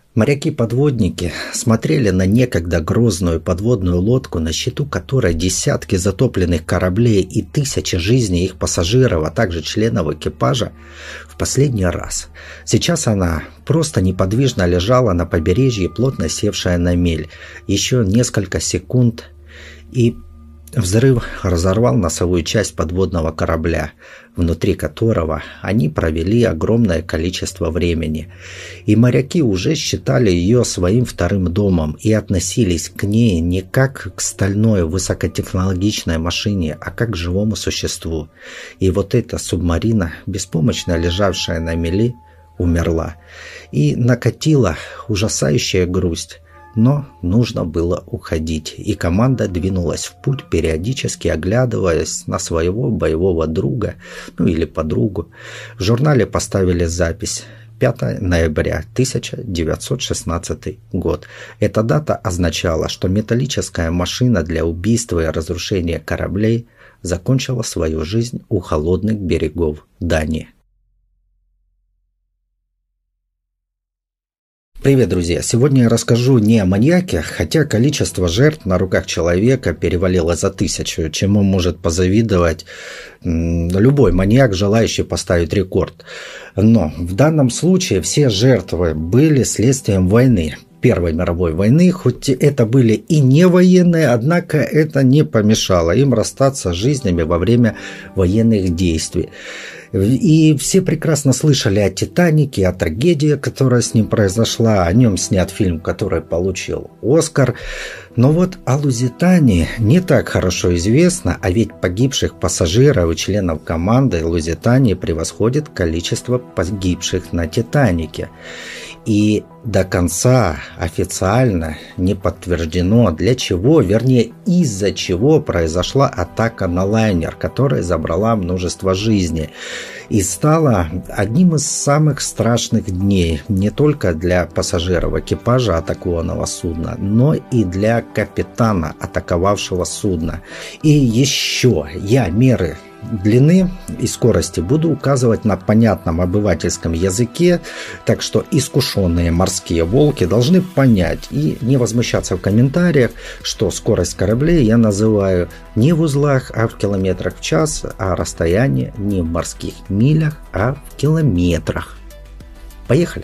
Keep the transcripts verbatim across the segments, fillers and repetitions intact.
Моряки-подводники смотрели на некогда грозную подводную лодку, на счету которой десятки затопленных кораблей и тысячи жизней их пассажиров, а также членов экипажа, в последний раз. Сейчас она просто неподвижно лежала на побережье, плотно севшая на мель. Еще несколько секунд, и взрыв разорвал носовую часть подводного корабля, внутри которого они провели огромное количество времени. И моряки уже считали ее своим вторым домом и относились к ней не как к стальной высокотехнологичной машине, а как к живому существу. И вот эта субмарина, беспомощно лежавшая на мели, умерла. И накатила ужасающая грусть. Но нужно было уходить, и команда двинулась в путь, периодически оглядываясь на своего боевого друга, ну или подругу. В журнале поставили запись пятое ноября тысяча девятьсот шестнадцатый год. Эта дата означала, что металлическая машина для убийства и разрушения кораблей закончила свою жизнь у холодных берегов Дании. Привет, друзья! Сегодня я расскажу не о маньяке, хотя количество жертв на руках человека перевалило за тысячу, чему может позавидовать любой маньяк, желающий поставить рекорд. Но в данном случае все жертвы были следствием войны. Первой мировой войны, хоть это были и не военные, однако это не помешало им расстаться с жизнями во время военных действий. И все прекрасно слышали о «Титанике», о трагедии, которая с ним произошла, о нем снят фильм, который получил «Оскар». Но вот о «Лузитании» не так хорошо известно, а ведь погибших пассажиров и членов команды «Лузитании» превосходит количество погибших на «Титанике». И до конца официально не подтверждено, для чего, вернее, из-за чего произошла атака на лайнер, которая забрала множество жизней. И стала одним из самых страшных дней не только для пассажиров экипажа атакованного судна, но и для капитана атаковавшего судно. И еще я меры длины и скорости буду указывать на понятном обывательском языке, так что искушенные морские волки должны понять и не возмущаться в комментариях, что скорость кораблей я называю не в узлах, а в километрах в час, а расстояние не в морских милях, а в километрах. Поехали!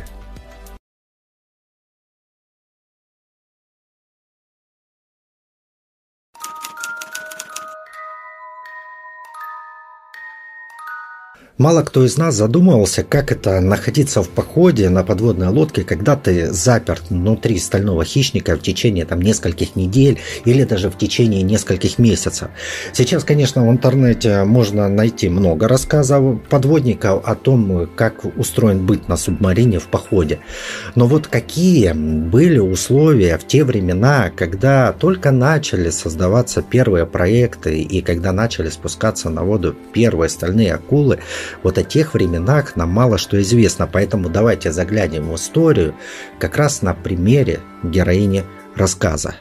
Мало кто из нас задумывался, как это находиться в походе на подводной лодке, когда ты заперт внутри стального хищника в течение там, нескольких недель или даже в течение нескольких месяцев. Сейчас, конечно, в интернете можно найти много рассказов подводников о том, как устроен быт на субмарине в походе. Но вот какие были условия в те времена, когда только начали создаваться первые проекты и когда начали спускаться на воду первые стальные акулы, вот о тех временах нам мало что известно, поэтому давайте заглянем в историю как раз на примере героини рассказа.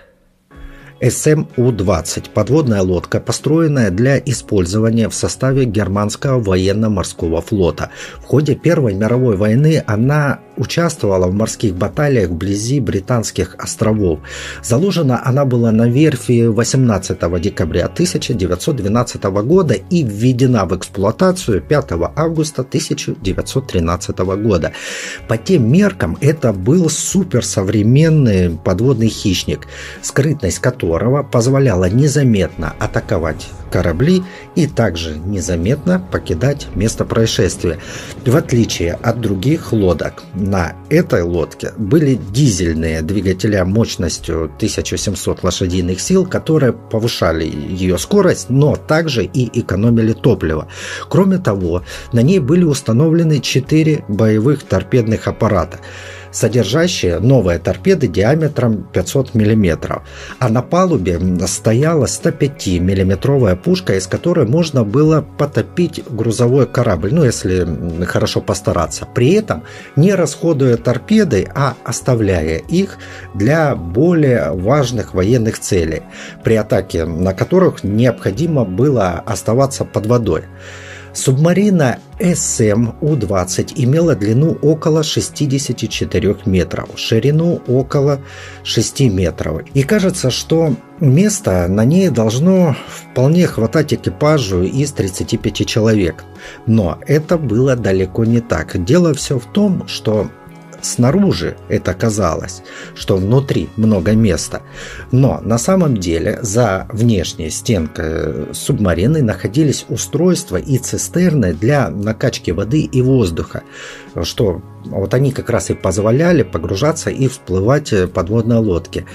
эс эм у двадцать – подводная лодка, построенная для использования в составе германского военно-морского флота. В ходе Первой мировой войны она участвовала в морских баталиях вблизи Британских островов. Заложена она была на верфи восемнадцатого декабря тысяча девятьсот двенадцатого года и введена в эксплуатацию пятого августа тысяча девятьсот тринадцатого года. По тем меркам это был суперсовременный подводный хищник, скрытность которого позволяла незаметно атаковать корабли и также незаметно покидать место происшествия. В отличие от других лодок, на этой лодке были дизельные двигателя мощностью тысяча семьсот лошадиных сил, которые повышали ее скорость, но также и экономили топливо. Кроме того, на ней были установлены четыре боевых торпедных аппарата, содержащие новые торпеды диаметром пятьсот миллиметров. А на палубе стояла сто пять миллиметровая пушка, из которой можно было потопить грузовой корабль, ну если хорошо постараться. При этом не расходуя торпеды, а оставляя их для более важных военных целей, при атаке на которых необходимо было оставаться под водой. Субмарина эс эм У двадцать имела длину около шестьдесят четыре метров, ширину около шести метров. И кажется, что места на ней должно вполне хватать экипажу из тридцати пяти человек. Но это было далеко не так. Дело все в том, что снаружи это казалось, что внутри много места. Но на самом деле за внешней стенкой субмарины находились устройства и цистерны для накачки воды и воздуха, что вот они как раз и позволяли погружаться и всплывать подводной лодке.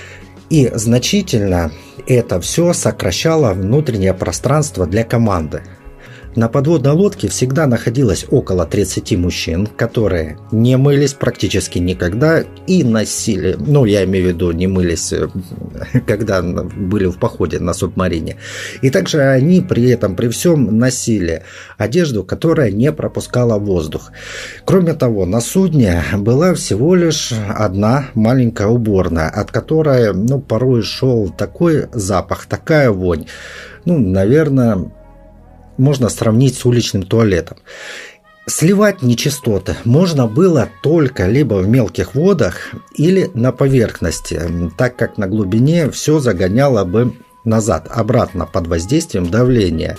И значительно это все сокращало внутреннее пространство для команды. На подводной лодке всегда находилось около тридцати мужчин, которые не мылись практически никогда и носили, ну я имею в виду, не мылись, когда были в походе на субмарине. И также они при этом, при всем носили одежду, которая не пропускала воздух. Кроме того, на судне была всего лишь одна маленькая уборная, от которой, ну, порой шел такой запах, такая вонь, ну, наверное, можно сравнить с уличным туалетом. Сливать нечистоты можно было только либо в мелких водах или на поверхности, так как на глубине все загоняло бы назад, обратно под воздействием давления.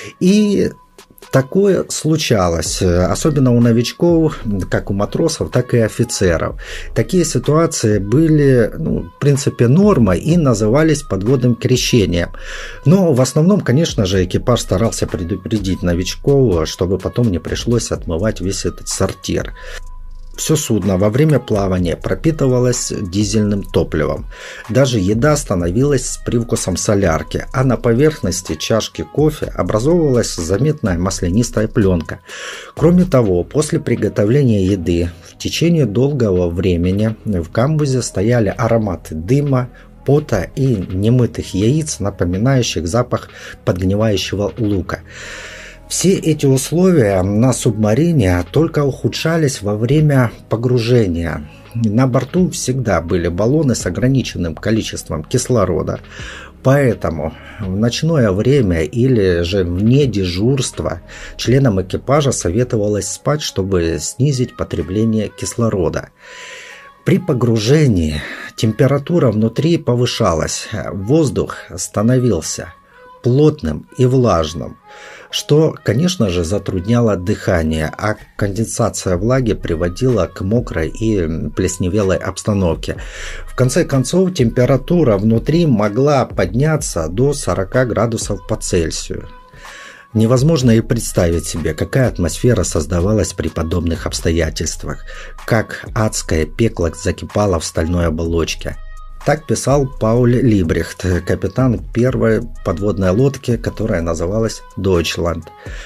И такое случалось, особенно у новичков, как у матросов, так и офицеров. Такие ситуации были, ну, в принципе, нормой и назывались подводным крещением. Но в основном, конечно же, экипаж старался предупредить новичков, чтобы потом не пришлось отмывать весь этот сортир. Все судно во время плавания пропитывалось дизельным топливом. Даже еда становилась с привкусом солярки, а на поверхности чашки кофе образовывалась заметная маслянистая пленка. Кроме того, после приготовления еды в течение долгого времени в камбузе стояли ароматы дыма, пота и немытых яиц, напоминающих запах подгнивающего лука. Все эти условия на субмарине только ухудшались во время погружения. На борту всегда были баллоны с ограниченным количеством кислорода. Поэтому в ночное время или же вне дежурства членам экипажа советовалось спать, чтобы снизить потребление кислорода. При погружении температура внутри повышалась, воздух становился плотным и влажным, что, конечно же, затрудняло дыхание, а конденсация влаги приводила к мокрой и плесневелой обстановке. В конце концов, температура внутри могла подняться до сорока градусов по Цельсию. Невозможно и представить себе, какая атмосфера создавалась при подобных обстоятельствах, как адское пекло закипало в стальной оболочке. Так писал Пауль Либрехт, капитан первой подводной лодки, которая называлась «Дойчланд».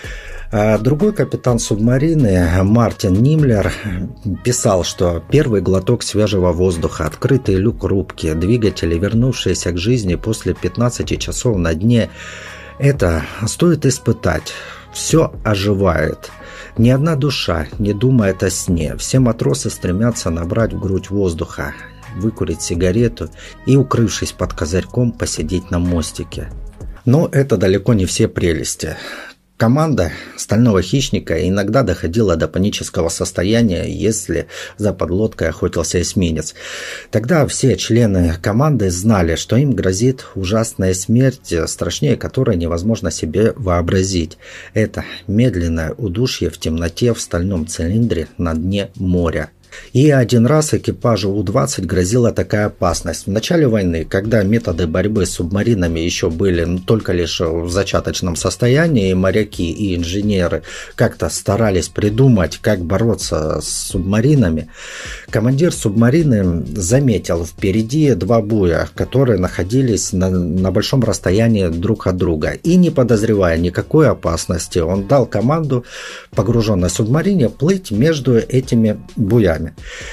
А другой капитан субмарины, Мартин Нимлер, писал, что первый глоток свежего воздуха, открытый люк рубки, двигатели, вернувшиеся к жизни после пятнадцати часов на дне, это стоит испытать. Все оживает. Ни одна душа не думает о сне. Все матросы стремятся набрать в грудь воздуха, выкурить сигарету и, укрывшись под козырьком, посидеть на мостике. Но это далеко не все прелести. Команда «Стального хищника» иногда доходила до панического состояния, если за подлодкой охотился эсминец. Тогда все члены команды знали, что им грозит ужасная смерть, страшнее которой невозможно себе вообразить. Это медленное удушье в темноте в стальном цилиндре на дне моря. И один раз экипажу У двадцать грозила такая опасность. В начале войны, когда методы борьбы с субмаринами еще были только лишь в зачаточном состоянии, моряки и инженеры как-то старались придумать, как бороться с субмаринами, командир субмарины заметил впереди два буя, которые находились на, на большом расстоянии друг от друга. И не подозревая никакой опасности, он дал команду погруженной субмарине плыть между этими буями.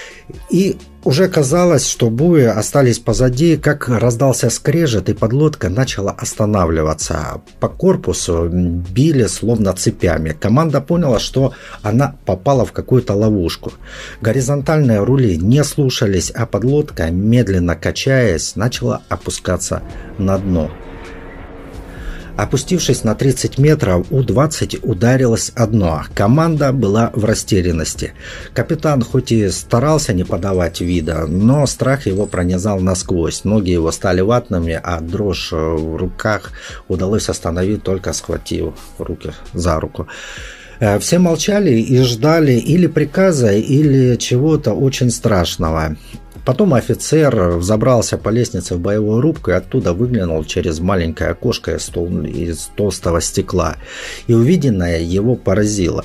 И уже казалось, что буи остались позади, как раздался скрежет, и подлодка начала останавливаться. По корпусу били словно цепями. Команда поняла, что она попала в какую-то ловушку. Горизонтальные рули не слушались, а подлодка, медленно качаясь, начала опускаться на дно. Опустившись на тридцать метров, У двадцать ударилось о дно. Команда была в растерянности. Капитан хоть и старался не подавать вида, но страх его пронизал насквозь. Ноги его стали ватными, а дрожь в руках удалось остановить, только схватив руки за руку. Все молчали и ждали или приказа, или чего-то очень страшного. Потом офицер взобрался по лестнице в боевую рубку и оттуда выглянул через маленькое окошко из, тол- из толстого стекла. И увиденное его поразило.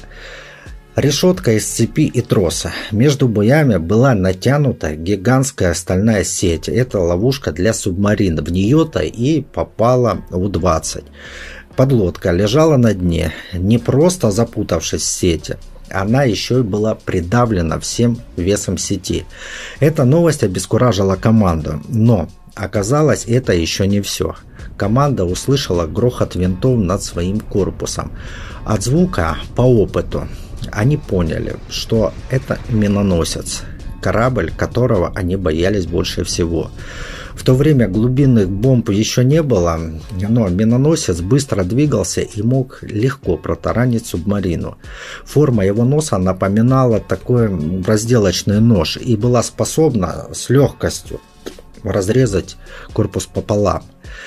Решетка из цепи и троса. Между буями была натянута гигантская стальная сеть. Это ловушка для субмарин. В нее-то и попала У двадцать. Подлодка лежала на дне, не просто запутавшись в сети. Она еще и была придавлена всем весом сети. Эта новость обескуражила команду, но оказалось, это еще не все. Команда услышала грохот винтов над своим корпусом. От звука, по опыту, они поняли, что это миноносец, корабль, которого они боялись больше всего. В то время глубинных бомб еще не было, но миноносец быстро двигался и мог легко протаранить субмарину. Форма его носа напоминала такой разделочный нож и была способна с легкостью разрезать корпус пополам.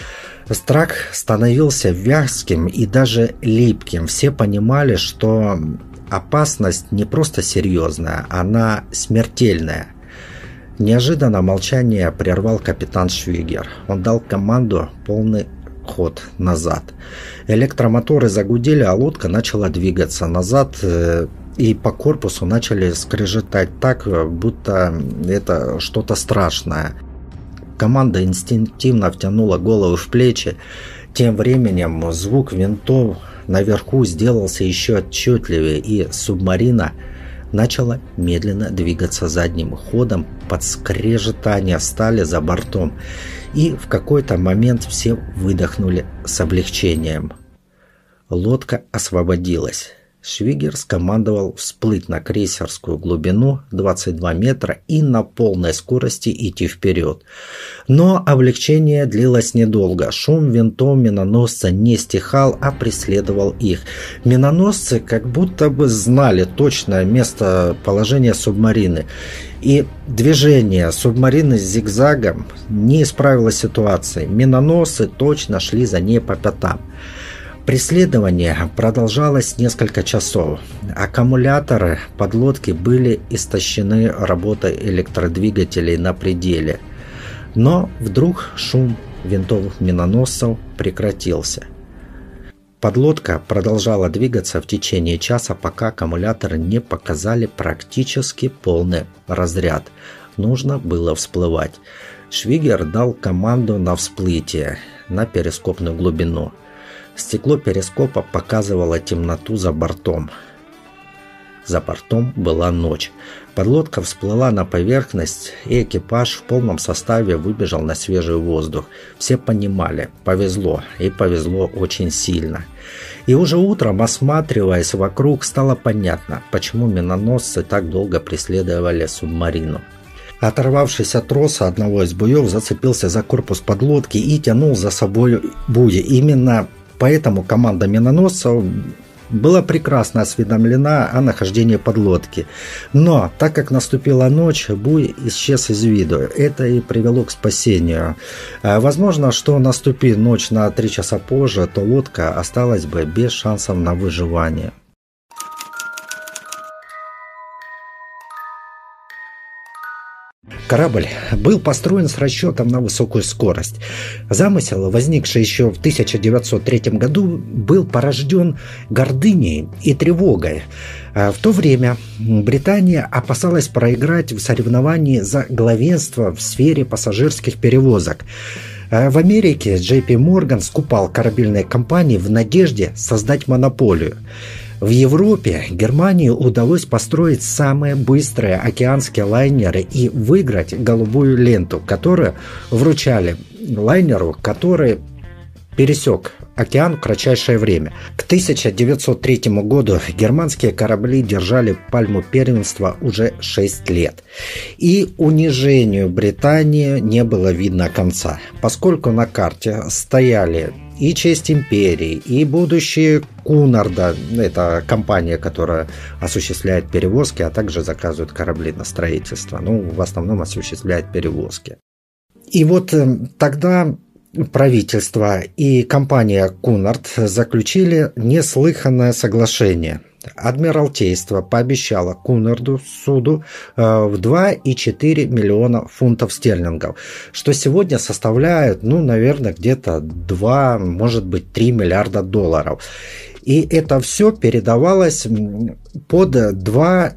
Страх становился вязким и даже липким. Все понимали, что опасность не просто серьезная, она смертельная. Неожиданно молчание прервал капитан Швигер. Он дал команду полный ход назад. Электромоторы загудели, а лодка начала двигаться назад, и по корпусу начали скрежетать так, будто это что-то страшное. Команда инстинктивно втянула голову в плечи. Тем временем звук винтов наверху сделался еще отчетливее, и субмарина начала медленно двигаться задним ходом под скрежетание стали за бортом, и в какой-то момент все выдохнули с облегчением. Лодка освободилась. Швигер скомандовал всплыть на крейсерскую глубину двадцать два метра и на полной скорости идти вперед. Но облегчение длилось недолго. Шум винтов миноносца не стихал, а преследовал их. Миноносцы как будто бы знали точное местоположение субмарины. И движение субмарины с зигзагом не исправило ситуации. Миноносцы точно шли за ней по пятам. Преследование продолжалось несколько часов. Аккумуляторы подлодки были истощены работой электродвигателей на пределе. Но вдруг шум винтов миноносцев прекратился. Подлодка продолжала двигаться в течение часа, пока аккумуляторы не показали практически полный разряд. Нужно было всплывать. Швигер дал команду на всплытие на перископную глубину. Стекло перископа показывало темноту за бортом. За бортом была ночь. Подлодка всплыла на поверхность, и экипаж в полном составе выбежал на свежий воздух. Все понимали, повезло, и повезло очень сильно. И уже утром, осматриваясь вокруг, стало понятно, почему миноносцы так долго преследовали субмарину. Оторвавшись от троса одного из буев, зацепился за корпус подлодки и тянул за собой буи. Именно поэтому команда миноносцев была прекрасно осведомлена о нахождении подлодки. Но так как наступила ночь, буй исчез из виду. Это и привело к спасению. Возможно, что наступи ночь на три часа позже, то лодка осталась бы без шансов на выживание. Корабль был построен с расчетом на высокую скорость. Замысел, возникший еще в тысяча девятьсот третьем году, был порожден гордыней и тревогой. В то время Британия опасалась проиграть в соревновании за главенство в сфере пассажирских перевозок. В Америке джей пи Morgan скупал корабельные компании в надежде создать монополию. В Европе Германии удалось построить самые быстрые океанские лайнеры и выиграть голубую ленту, которую вручали лайнеру, который пересек океан в кратчайшее время. К тысяча девятьсот третьему году германские корабли держали пальму первенства уже шесть лет. И унижению Британии не было видно конца, поскольку на карте стояли и честь империи, и будущее Кунарда, это компания, которая осуществляет перевозки, а также заказывает корабли на строительство, ну, в основном осуществляет перевозки. И вот тогда правительство и компания Кунард заключили неслыханное соглашение. Адмиралтейство пообещало Кунарду суду в два и четыре миллиона фунтов стерлингов, что сегодня составляет, ну, наверное, где-то два, может быть, три миллиарда долларов. И это все передавалось под два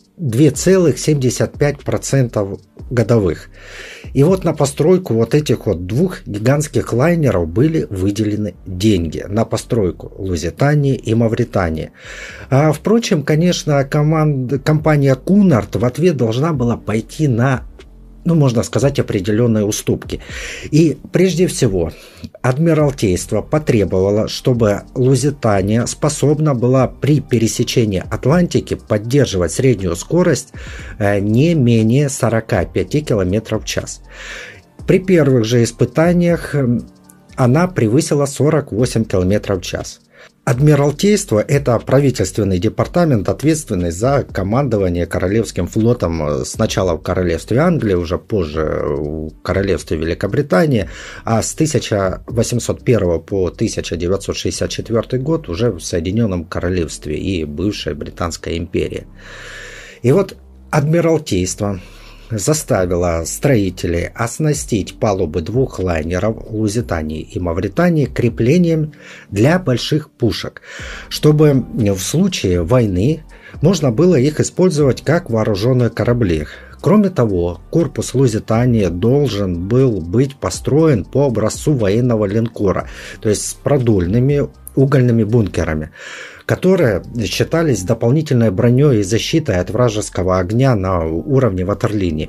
целых семьдесят пять сотых процента годовых. И вот на постройку вот этих вот двух гигантских лайнеров были выделены деньги. На постройку Лузитании и Мавритании. А, впрочем, конечно, команд... компания Кунард в ответ должна была пойти на, ну, можно сказать, определенные уступки. И прежде всего, Адмиралтейство потребовало, чтобы Лузитания способна была при пересечении Атлантики поддерживать среднюю скорость не менее сорок пять километров в час. При первых же испытаниях она превысила сорок восемь километров в час. Адмиралтейство – это правительственный департамент, ответственный за командование Королевским флотом сначала в Королевстве Англии, уже позже в Королевстве Великобритании, а с тысяча восемьсот первого по тысяча девятьсот шестьдесят четвёртый год уже в Соединенном Королевстве и бывшей Британской империи. И вот Адмиралтейство заставила строителей оснастить палубы двух лайнеров Лузитании и Мавритании креплением для больших пушек, чтобы в случае войны можно было их использовать как вооруженные корабли. Кроме того, корпус Лузитании должен был быть построен по образцу военного линкора, то есть с продольными угольными бункерами, которые считались дополнительной броней и защитой от вражеского огня на уровне ватерлинии.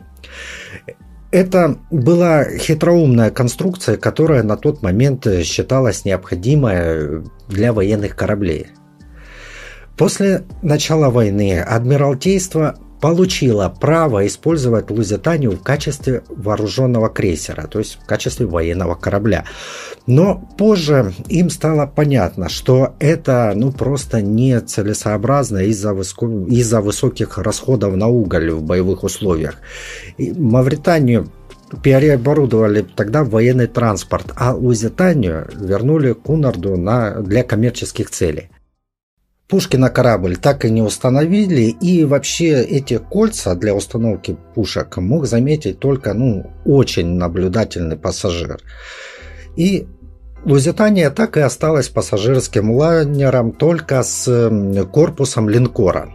Это была хитроумная конструкция, которая на тот момент считалась необходимой для военных кораблей. После начала войны Адмиралтейство получила право использовать Лузитанию в качестве вооруженного крейсера, то есть в качестве военного корабля. Но позже им стало понятно, что это ну, просто нецелесообразно из-за, высоко... из-за высоких расходов на уголь в боевых условиях. И Мавританию переоборудовали тогда в военный транспорт, а Лузитанию вернули Кунарду на... для коммерческих целей. Пушки на корабль так и не установили, и вообще эти кольца для установки пушек мог заметить только ну, очень наблюдательный пассажир. И Лузитания так и осталась пассажирским лайнером только с корпусом линкора.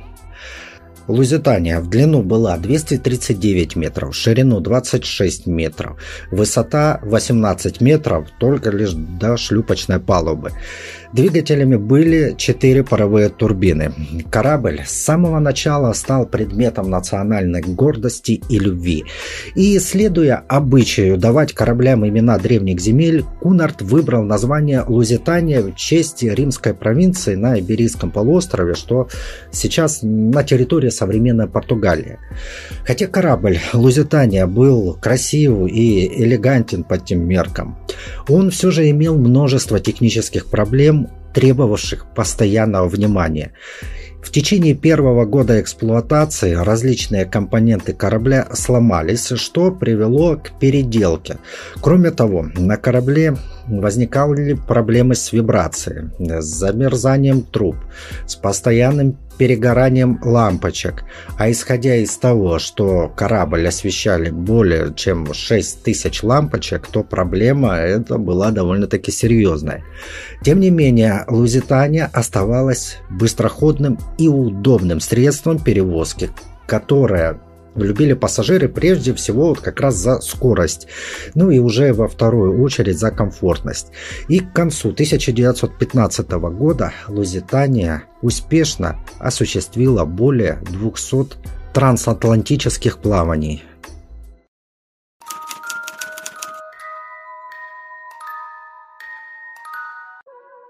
Лузитания в длину была двести тридцать девять метров, в ширину двадцать шесть метров, высота восемнадцать метров, только лишь до шлюпочной палубы. Двигателями были четыре паровые турбины. Корабль с самого начала стал предметом национальной гордости и любви. И, следуя обычаю давать кораблям имена древних земель, Кунард выбрал название Лузитания в честь римской провинции на Иберийском полуострове, что сейчас на территории современной Португалии. Хотя корабль Лузитания был красив и элегантен по тем меркам, он все же имел множество технических проблем, требовавших постоянного внимания. В течение первого года эксплуатации различные компоненты корабля сломались, что привело к переделке. Кроме того, на корабле возникали проблемы с вибрацией, с замерзанием труб, с постоянным перегоранием лампочек. А исходя из того, что корабль освещали более чем шесть тысяч лампочек, то проблема эта была довольно-таки серьезной. Тем не менее, Лузитания оставалась быстроходным и удобным средством перевозки, которое любили пассажиры прежде всего вот как раз за скорость, ну и уже во вторую очередь за комфортность. И к концу тысяча девятьсот пятнадцатого года Лузитания успешно осуществила более двухсот трансатлантических плаваний.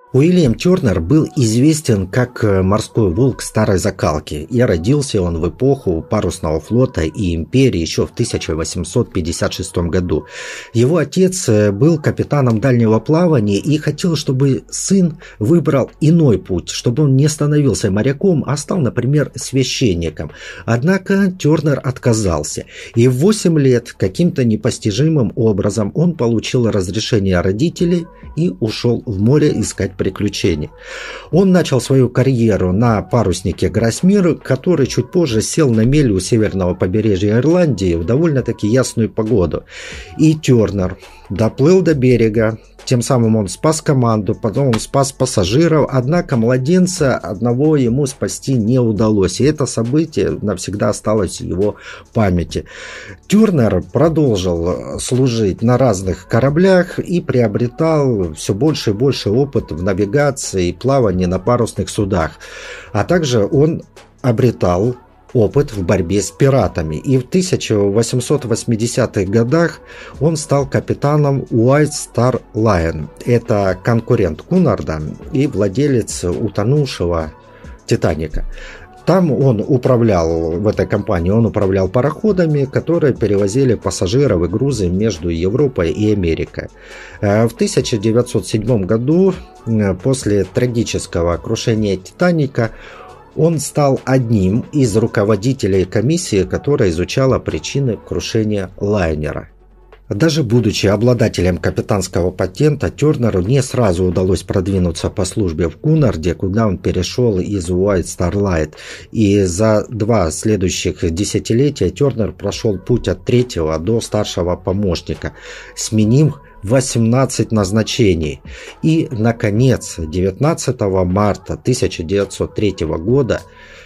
Уильям Тернер был известен как морской волк старой закалки, и родился он в эпоху парусного флота и империи еще в тысяча восемьсот пятьдесят шестом году. Его отец был капитаном дальнего плавания и хотел, чтобы сын выбрал иной путь, чтобы он не становился моряком, а стал, например, священником. Однако Тернер отказался, и в восемь лет каким-то непостижимым образом он получил разрешение родителей и ушел в море искать приключений. Он начал свою карьеру на паруснике Гроссмир, который чуть позже сел на мель у северного побережья Ирландии в довольно-таки ясную погоду. И Тернер доплыл до берега, тем самым он спас команду, потом он спас пассажиров, однако младенца одного ему спасти не удалось, и это событие навсегда осталось в его памяти. Тернер продолжил служить на разных кораблях и приобретал все больше и больше опыт в навигации и плавании на парусных судах, а также он обретал опыт в борьбе с пиратами. И в тысяча восемьсот восьмидесятых годах он стал капитаном White Star Line. Это конкурент Кунарда и владелец утонувшего Титаника. Там он управлял, в этой компании он управлял пароходами, которые перевозили пассажиров и грузы между Европой и Америкой. В тысяча девятьсот седьмом году, после трагического крушения Титаника, он стал одним из руководителей комиссии, которая изучала причины крушения лайнера. Даже будучи обладателем капитанского патента, Тернеру не сразу удалось продвинуться по службе в Кунарде, куда он перешел из White Star Line. И за два следующих десятилетия Тернер прошел путь от третьего до старшего помощника, сменив восемнадцать назначений. И, наконец, девятнадцатого марта тысяча девятьсот третьего года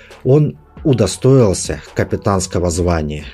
он удостоился капитанского звания.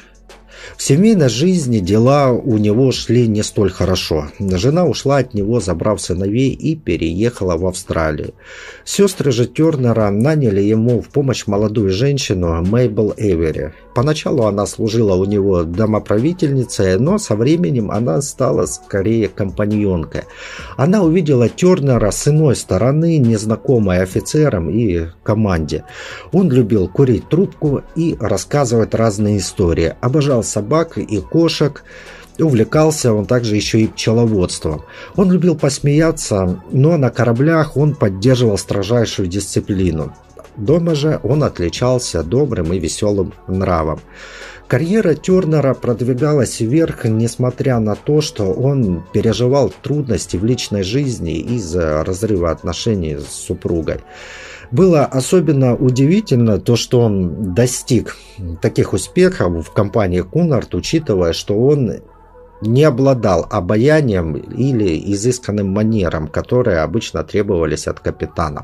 В семейной жизни дела у него шли не столь хорошо. Жена ушла от него, забрав сыновей, и переехала в Австралию. Сестры же Тернера наняли ему в помощь молодую женщину Мейбл Эвери. Поначалу она служила у него домоправительницей, но со временем она стала скорее компаньонкой. Она увидела Тернера с иной стороны, незнакомой офицерам и команде. Он любил курить трубку и рассказывать разные истории. Обожал собак и кошек. Увлекался он также еще и пчеловодством. Он любил посмеяться, но на кораблях он поддерживал строжайшую дисциплину. Дома же он отличался добрым и веселым нравом. Карьера Тернера продвигалась вверх, несмотря на то, что он переживал трудности в личной жизни из-за разрыва отношений с супругой. Было особенно удивительно то, что он достиг таких успехов в компании Кунард, учитывая, что он не обладал обаянием или изысканным манерам, которые обычно требовались от капитанов.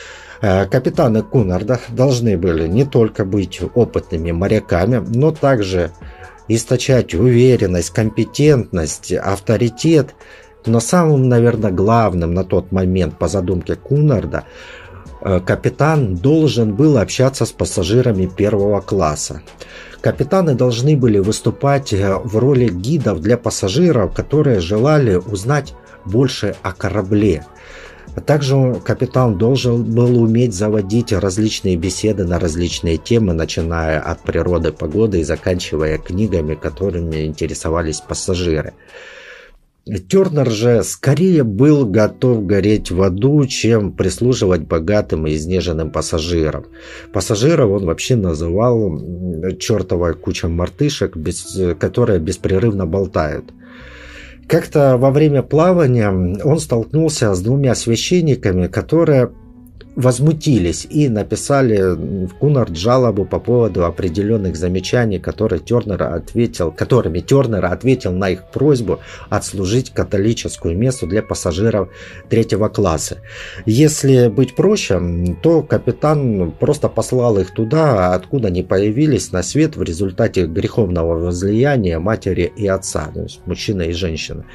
Капитаны Кунарда должны были не только быть опытными моряками, но также источать уверенность, компетентность, авторитет. Но самым, наверное, главным на тот момент по задумке Кунарда, капитан должен был общаться с пассажирами первого класса. Капитаны должны были выступать в роли гидов для пассажиров, которые желали узнать больше о корабле. Также капитан должен был уметь заводить различные беседы на различные темы, начиная от природы, погоды и заканчивая книгами, которыми интересовались пассажиры. Тернер же скорее был готов гореть в аду, чем прислуживать богатым и изнеженным пассажирам. Пассажиров он вообще называл чертовой куча мартышек, без, которые беспрерывно болтают. Как-то во время плавания он столкнулся с двумя священниками, которые возмутились и написали в Кунард жалобу по поводу определенных замечаний, которые Тернер ответил, которыми Тернер ответил на их просьбу отслужить католическую мессу для пассажиров третьего класса. Если быть проще, то капитан просто послал их туда, откуда они появились на свет в результате греховного возлияния матери и отца, то есть мужчины и женщины.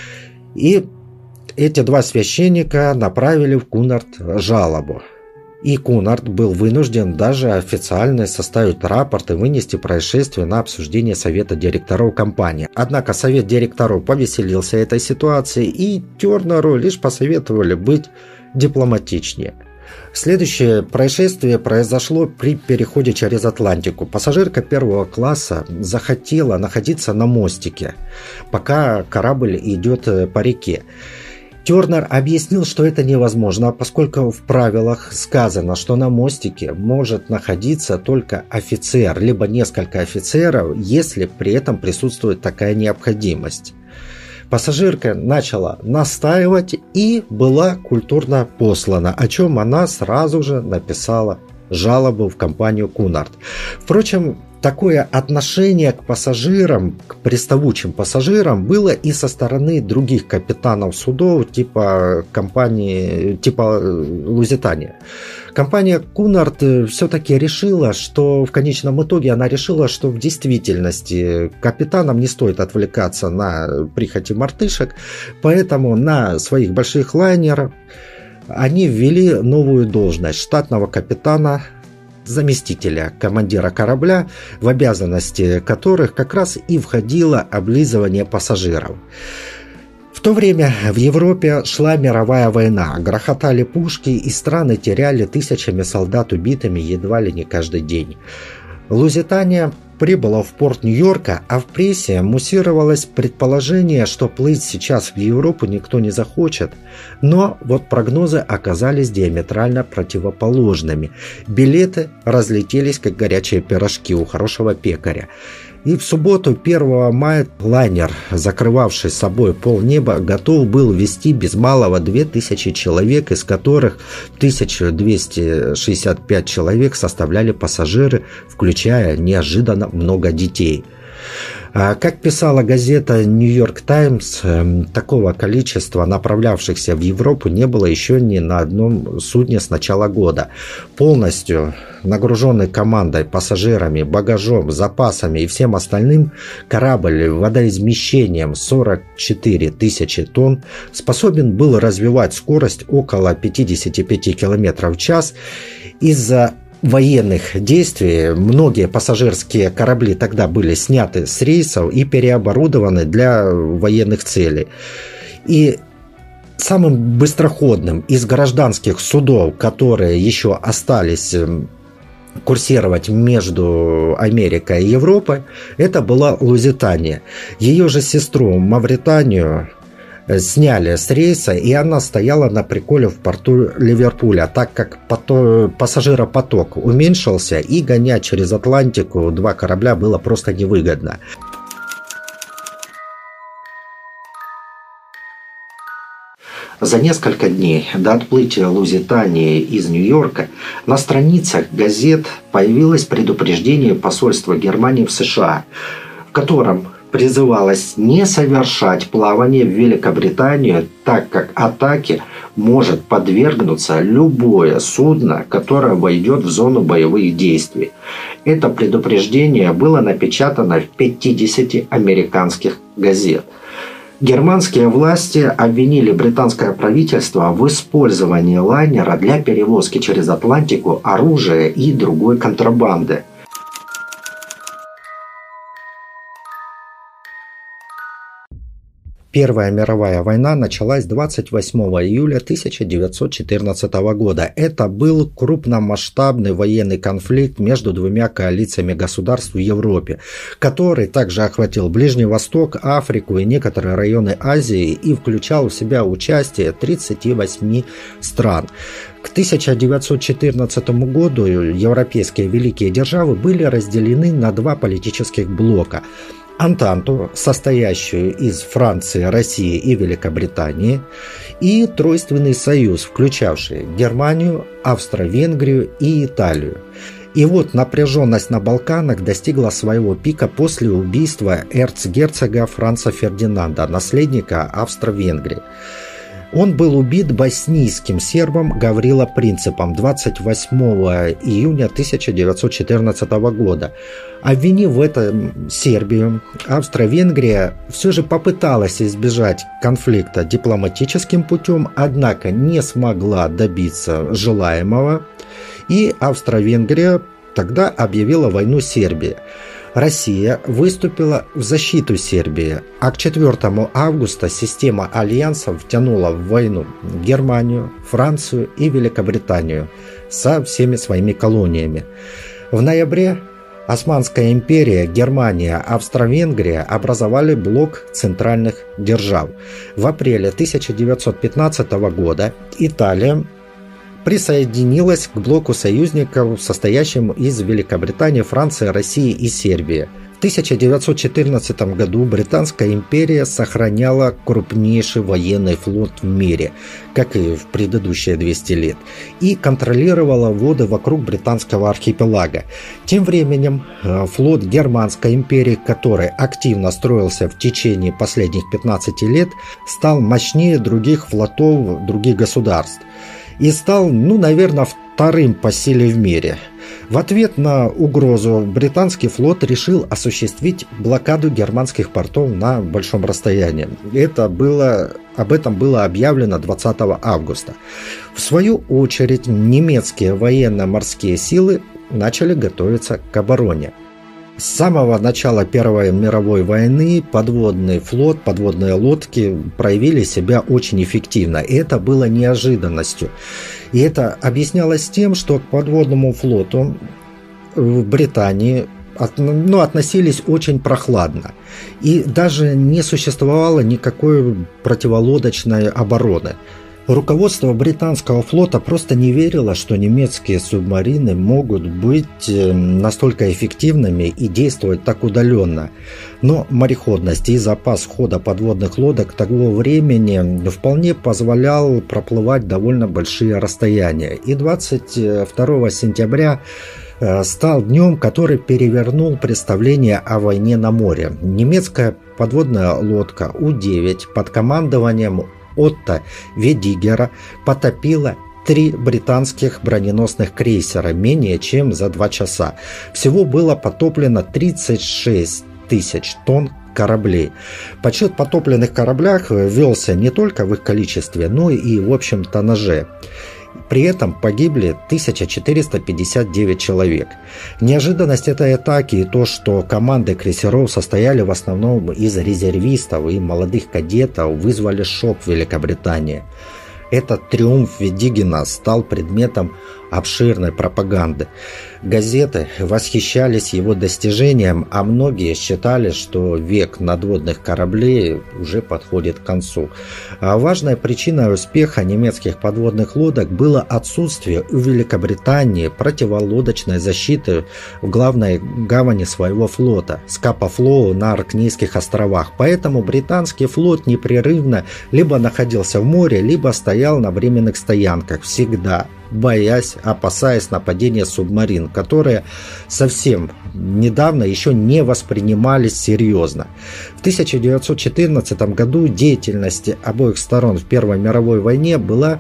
И эти два священника направили в Кунард жалобу. И Кунард был вынужден даже официально составить рапорт и вынести происшествие на обсуждение совета директоров компании. Однако совет директоров повеселился этой ситуацией, и Тернеру лишь посоветовали быть дипломатичнее. Следующее происшествие произошло при переходе через Атлантику. Пассажирка первого класса захотела находиться на мостике, пока корабль идет по реке. Тернер объяснил, что это невозможно, поскольку в правилах сказано, что на мостике может находиться только офицер, либо несколько офицеров, если при этом присутствует такая необходимость. Пассажирка начала настаивать и была культурно послана, о чем она сразу же написала жалобу в компанию Кунард. Впрочем, такое отношение к пассажирам, к приставучим пассажирам было и со стороны других капитанов судов типа компании, типа Лузитания. Компания Кунард все-таки решила, что в конечном итоге она решила, что в действительности капитанам не стоит отвлекаться на прихоти мартышек, поэтому на своих больших лайнерах они ввели новую должность штатного капитана, заместителя командира корабля, в обязанности которых как раз и входило облизывание пассажиров. В то время в Европе шла мировая война, грохотали пушки, и страны теряли тысячами солдат убитыми едва ли не каждый день. Лузитания прибыла в порт Нью-Йорка, а в прессе муссировалось предположение, что плыть сейчас в Европу никто не захочет. Но вот прогнозы оказались диаметрально противоположными. Билеты разлетелись, как горячие пирожки у хорошего пекаря. И в субботу, первого мая, лайнер, закрывавший собой полнеба, готов был везти без малого две тысячи человек, из которых тысяча двести шестьдесят пять человек составляли пассажиры, включая неожиданно много детей. Как писала газета «Нью-Йорк Таймс», такого количества направлявшихся в Европу не было еще ни на одном судне с начала года. Полностью нагруженный командой, пассажирами, багажом, запасами и всем остальным, корабль водоизмещением сорок четыре тысячи тонн способен был развивать скорость около пятьдесят пять километров в час. Из-за военных действий многие пассажирские корабли тогда были сняты с рейсов и переоборудованы для военных целей. И самым быстроходным из гражданских судов, которые еще остались курсировать между Америкой и Европой, это была Лузитания. Ее же сестру Мавританию сняли с рейса, и она стояла на приколе в порту Ливерпуля, так как пассажиропоток уменьшился, и гонять через Атлантику два корабля было просто невыгодно. За несколько дней до отплытия Лузитании из Нью-Йорка на страницах газет появилось предупреждение посольства Германии в США, в котором призывалось не совершать плавание в Великобританию, так как атаке может подвергнуться любое судно, которое войдет в зону боевых действий. Это предупреждение было напечатано в пятидесяти американских газет. Германские власти обвинили британское правительство в использовании лайнера для перевозки через Атлантику оружия и другой контрабанды. Первая мировая война началась двадцать восьмого июля тысяча девятьсот четырнадцатого года. Это был крупномасштабный военный конфликт между двумя коалициями государств в Европе, который также охватил Ближний Восток, Африку и некоторые районы Азии и включал в себя участие тридцати восьми стран. К тысяча девятьсот четырнадцатому году европейские великие державы были разделены на два политических блока – Антанту, состоящую из Франции, России и Великобритании, и Тройственный союз, включавший Германию, Австро-Венгрию и Италию. И вот напряженность на Балканах достигла своего пика после убийства эрцгерцога Франца Фердинанда, наследника Австро-Венгрии. Он был убит боснийским сербом Гаврило Принципом двадцать восьмого июня тысяча девятьсот четырнадцатого года. Обвинив в этом Сербию, Австро-Венгрия все же попыталась избежать конфликта дипломатическим путем, однако не смогла добиться желаемого, и Австро-Венгрия тогда объявила войну Сербии. Россия выступила в защиту Сербии, а к четвёртому августа система альянсов втянула в войну Германию, Францию и Великобританию со всеми своими колониями. В ноябре Османская империя, Германия, Австро-Венгрия образовали блок центральных держав. В апреле тысяча девятьсот пятнадцатого года Италия присоединилась к блоку союзников, состоящему из Великобритании, Франции, России и Сербии. В тысяча девятьсот четырнадцатом году Британская империя сохраняла крупнейший военный флот в мире, как и в предыдущие двести лет, и контролировала воды вокруг британского архипелага. Тем временем флот Германской империи, который активно строился в течение последних пятнадцати лет, стал мощнее других флотов других государств и стал, ну, наверное, вторым по силе в мире. В ответ на угрозу британский флот решил осуществить блокаду германских портов на большом расстоянии. Это было, об этом было объявлено двадцатого августа. В свою очередь, немецкие военно-морские силы начали готовиться к обороне. С самого начала Первой мировой войны подводный флот, подводные лодки проявили себя очень эффективно. И это было неожиданностью. И это объяснялось тем, что к подводному флоту в Британии ну, относились очень прохладно. И даже не существовало никакой противолодочной обороны. Руководство британского флота просто не верило, что немецкие субмарины могут быть настолько эффективными и действовать так удаленно. Но мореходность и запас хода подводных лодок того времени вполне позволял проплывать довольно большие расстояния. И двадцать второго сентября стал днем, который перевернул представление о войне на море. Немецкая подводная лодка У девять под командованием Отто Ведигера потопила три британских броненосных крейсера менее чем за два часа. Всего было потоплено тридцать шесть тысяч тонн кораблей. Подсчет потопленных кораблях велся не только в их количестве, но и в общем тоннаже. При этом погибли тысяча четыреста пятьдесят девять человек. Неожиданность этой атаки и то, что команды крейсеров состояли в основном из резервистов и молодых кадетов, вызвали шок в Великобритании. Этот триумф Ведигина стал предметом обширной пропаганды. Газеты восхищались его достижением, а многие считали, что век надводных кораблей уже подходит к концу. А важной причиной успеха немецких подводных лодок было отсутствие у Великобритании противолодочной защиты в главной гавани своего флота – Скапа-Флоу на Оркнейских островах. Поэтому британский флот непрерывно либо находился в море, либо стоял на временных стоянках, всегда боясь, опасаясь нападения субмарин, которые совсем недавно еще не воспринимались серьезно. В тысяча девятьсот четырнадцатом году деятельность обоих сторон в Первой мировой войне была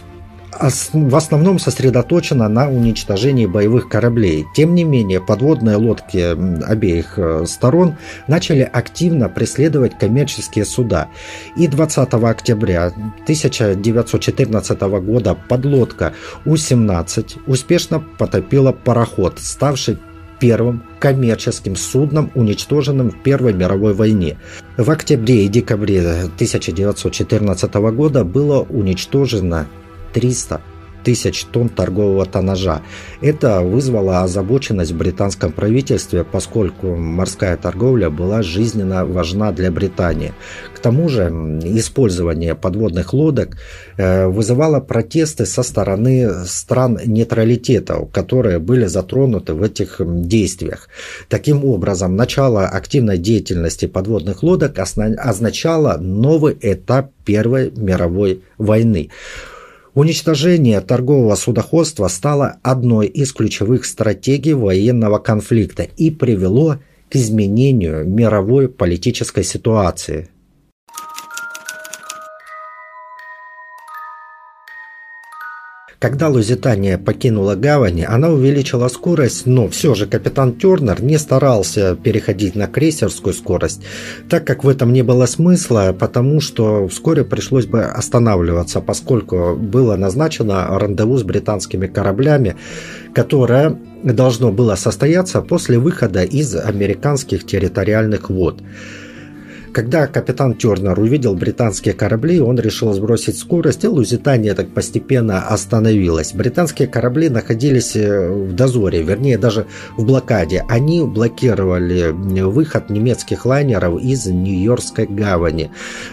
в основном сосредоточена на уничтожении боевых кораблей. Тем не менее, подводные лодки обеих сторон начали активно преследовать коммерческие суда. И двадцатого октября тысяча девятьсот четырнадцатого года подлодка У семнадцать успешно потопила пароход, ставший первым коммерческим судном, уничтоженным в Первой мировой войне. В октябре и декабре тысяча девятьсот четырнадцатого года было уничтожено триста тысяч тонн торгового тоннажа. Это вызвало озабоченность в британском правительстве, поскольку морская торговля была жизненно важна для Британии. К тому же использование подводных лодок вызывало протесты со стороны стран нейтралитетов, которые были затронуты в этих действиях. Таким образом, начало активной деятельности подводных лодок означало новый этап Первой мировой войны. Уничтожение торгового судоходства стало одной из ключевых стратегий военного конфликта и привело к изменению мировой политической ситуации. Когда Лузитания покинула гавань, она увеличила скорость, но все же капитан Тернер не старался переходить на крейсерскую скорость, так как в этом не было смысла, потому что вскоре пришлось бы останавливаться, поскольку было назначено рандеву с британскими кораблями, которое должно было состояться после выхода из американских территориальных вод. Когда капитан Тернер увидел британские корабли, он решил сбросить скорость, и Лузитания так постепенно остановилась. Британские корабли находились в дозоре, вернее даже в блокаде. Они блокировали выход немецких лайнеров из Нью-Йоркской гавани,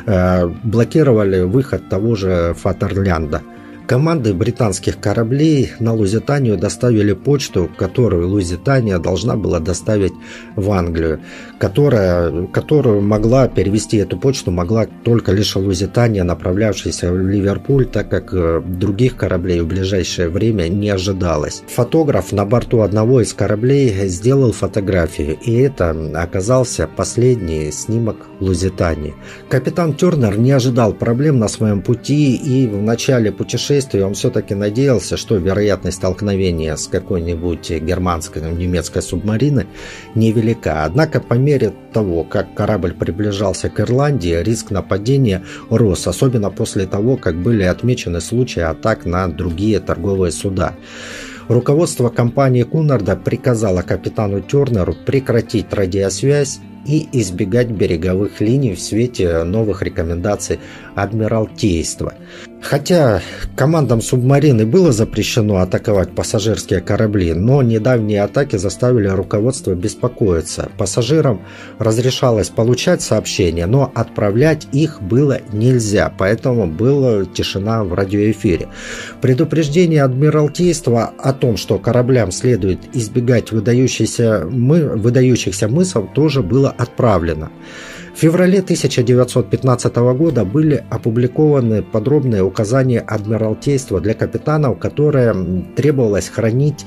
блокировали выход того же Фатерлянда. Команды британских кораблей на Лузитанию доставили почту, которую Лузитания должна была доставить в Англию, которая, которую могла перевести эту почту могла только лишь Лузитания, направлявшаяся в Ливерпуль, так как других кораблей в ближайшее время не ожидалось. Фотограф на борту одного из кораблей сделал фотографию, и это оказался последний снимок Лузитании. Капитан Тернер не ожидал проблем на своем пути, и в начале путешествия он все-таки надеялся, что вероятность столкновения с какой-нибудь германской, немецкой субмариной невелика. Однако по мере того, как корабль приближался к Ирландии, риск нападения рос, особенно после того, как были отмечены случаи атак на другие торговые суда. Руководство компании Кунарда приказало капитану Тернеру прекратить радиосвязь и избегать береговых линий в свете новых рекомендаций Адмиралтейства. Хотя командам субмарины было запрещено атаковать пассажирские корабли, но недавние атаки заставили руководство беспокоиться. Пассажирам разрешалось получать сообщения, но отправлять их было нельзя, поэтому была тишина в радиоэфире. Предупреждение Адмиралтейства о том, что кораблям следует избегать выдающихся, мы, выдающихся мысов, тоже было отправлено. В феврале тысяча девятьсот пятнадцатого года были опубликованы подробные указания Адмиралтейства для капитанов, которые требовалось хранить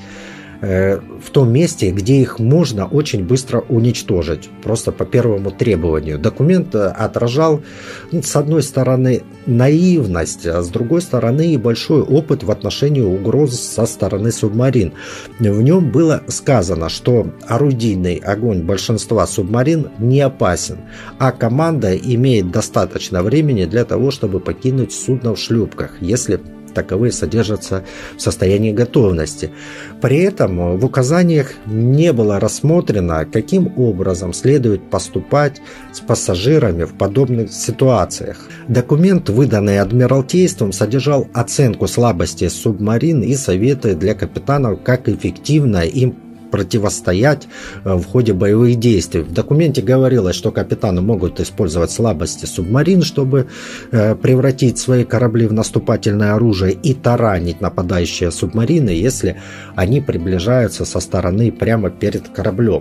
в том месте, где их можно очень быстро уничтожить, просто по первому требованию. Документ отражал, ну, с одной стороны, наивность, а с другой стороны и большой опыт в отношении угроз со стороны субмарин. В нем было сказано, что орудийный огонь большинства субмарин не опасен, а команда имеет достаточно времени для того, чтобы покинуть судно в шлюпках, если таковые содержатся в состоянии готовности. При этом в указаниях не было рассмотрено, каким образом следует поступать с пассажирами в подобных ситуациях. Документ, выданный Адмиралтейством, содержал оценку слабости субмарин и советы для капитанов, как эффективно им противостоять в ходе боевых действий. В документе говорилось, что капитаны могут использовать слабости субмарин, чтобы превратить свои корабли в наступательное оружие и таранить нападающие субмарины, если они приближаются со стороны прямо перед кораблем.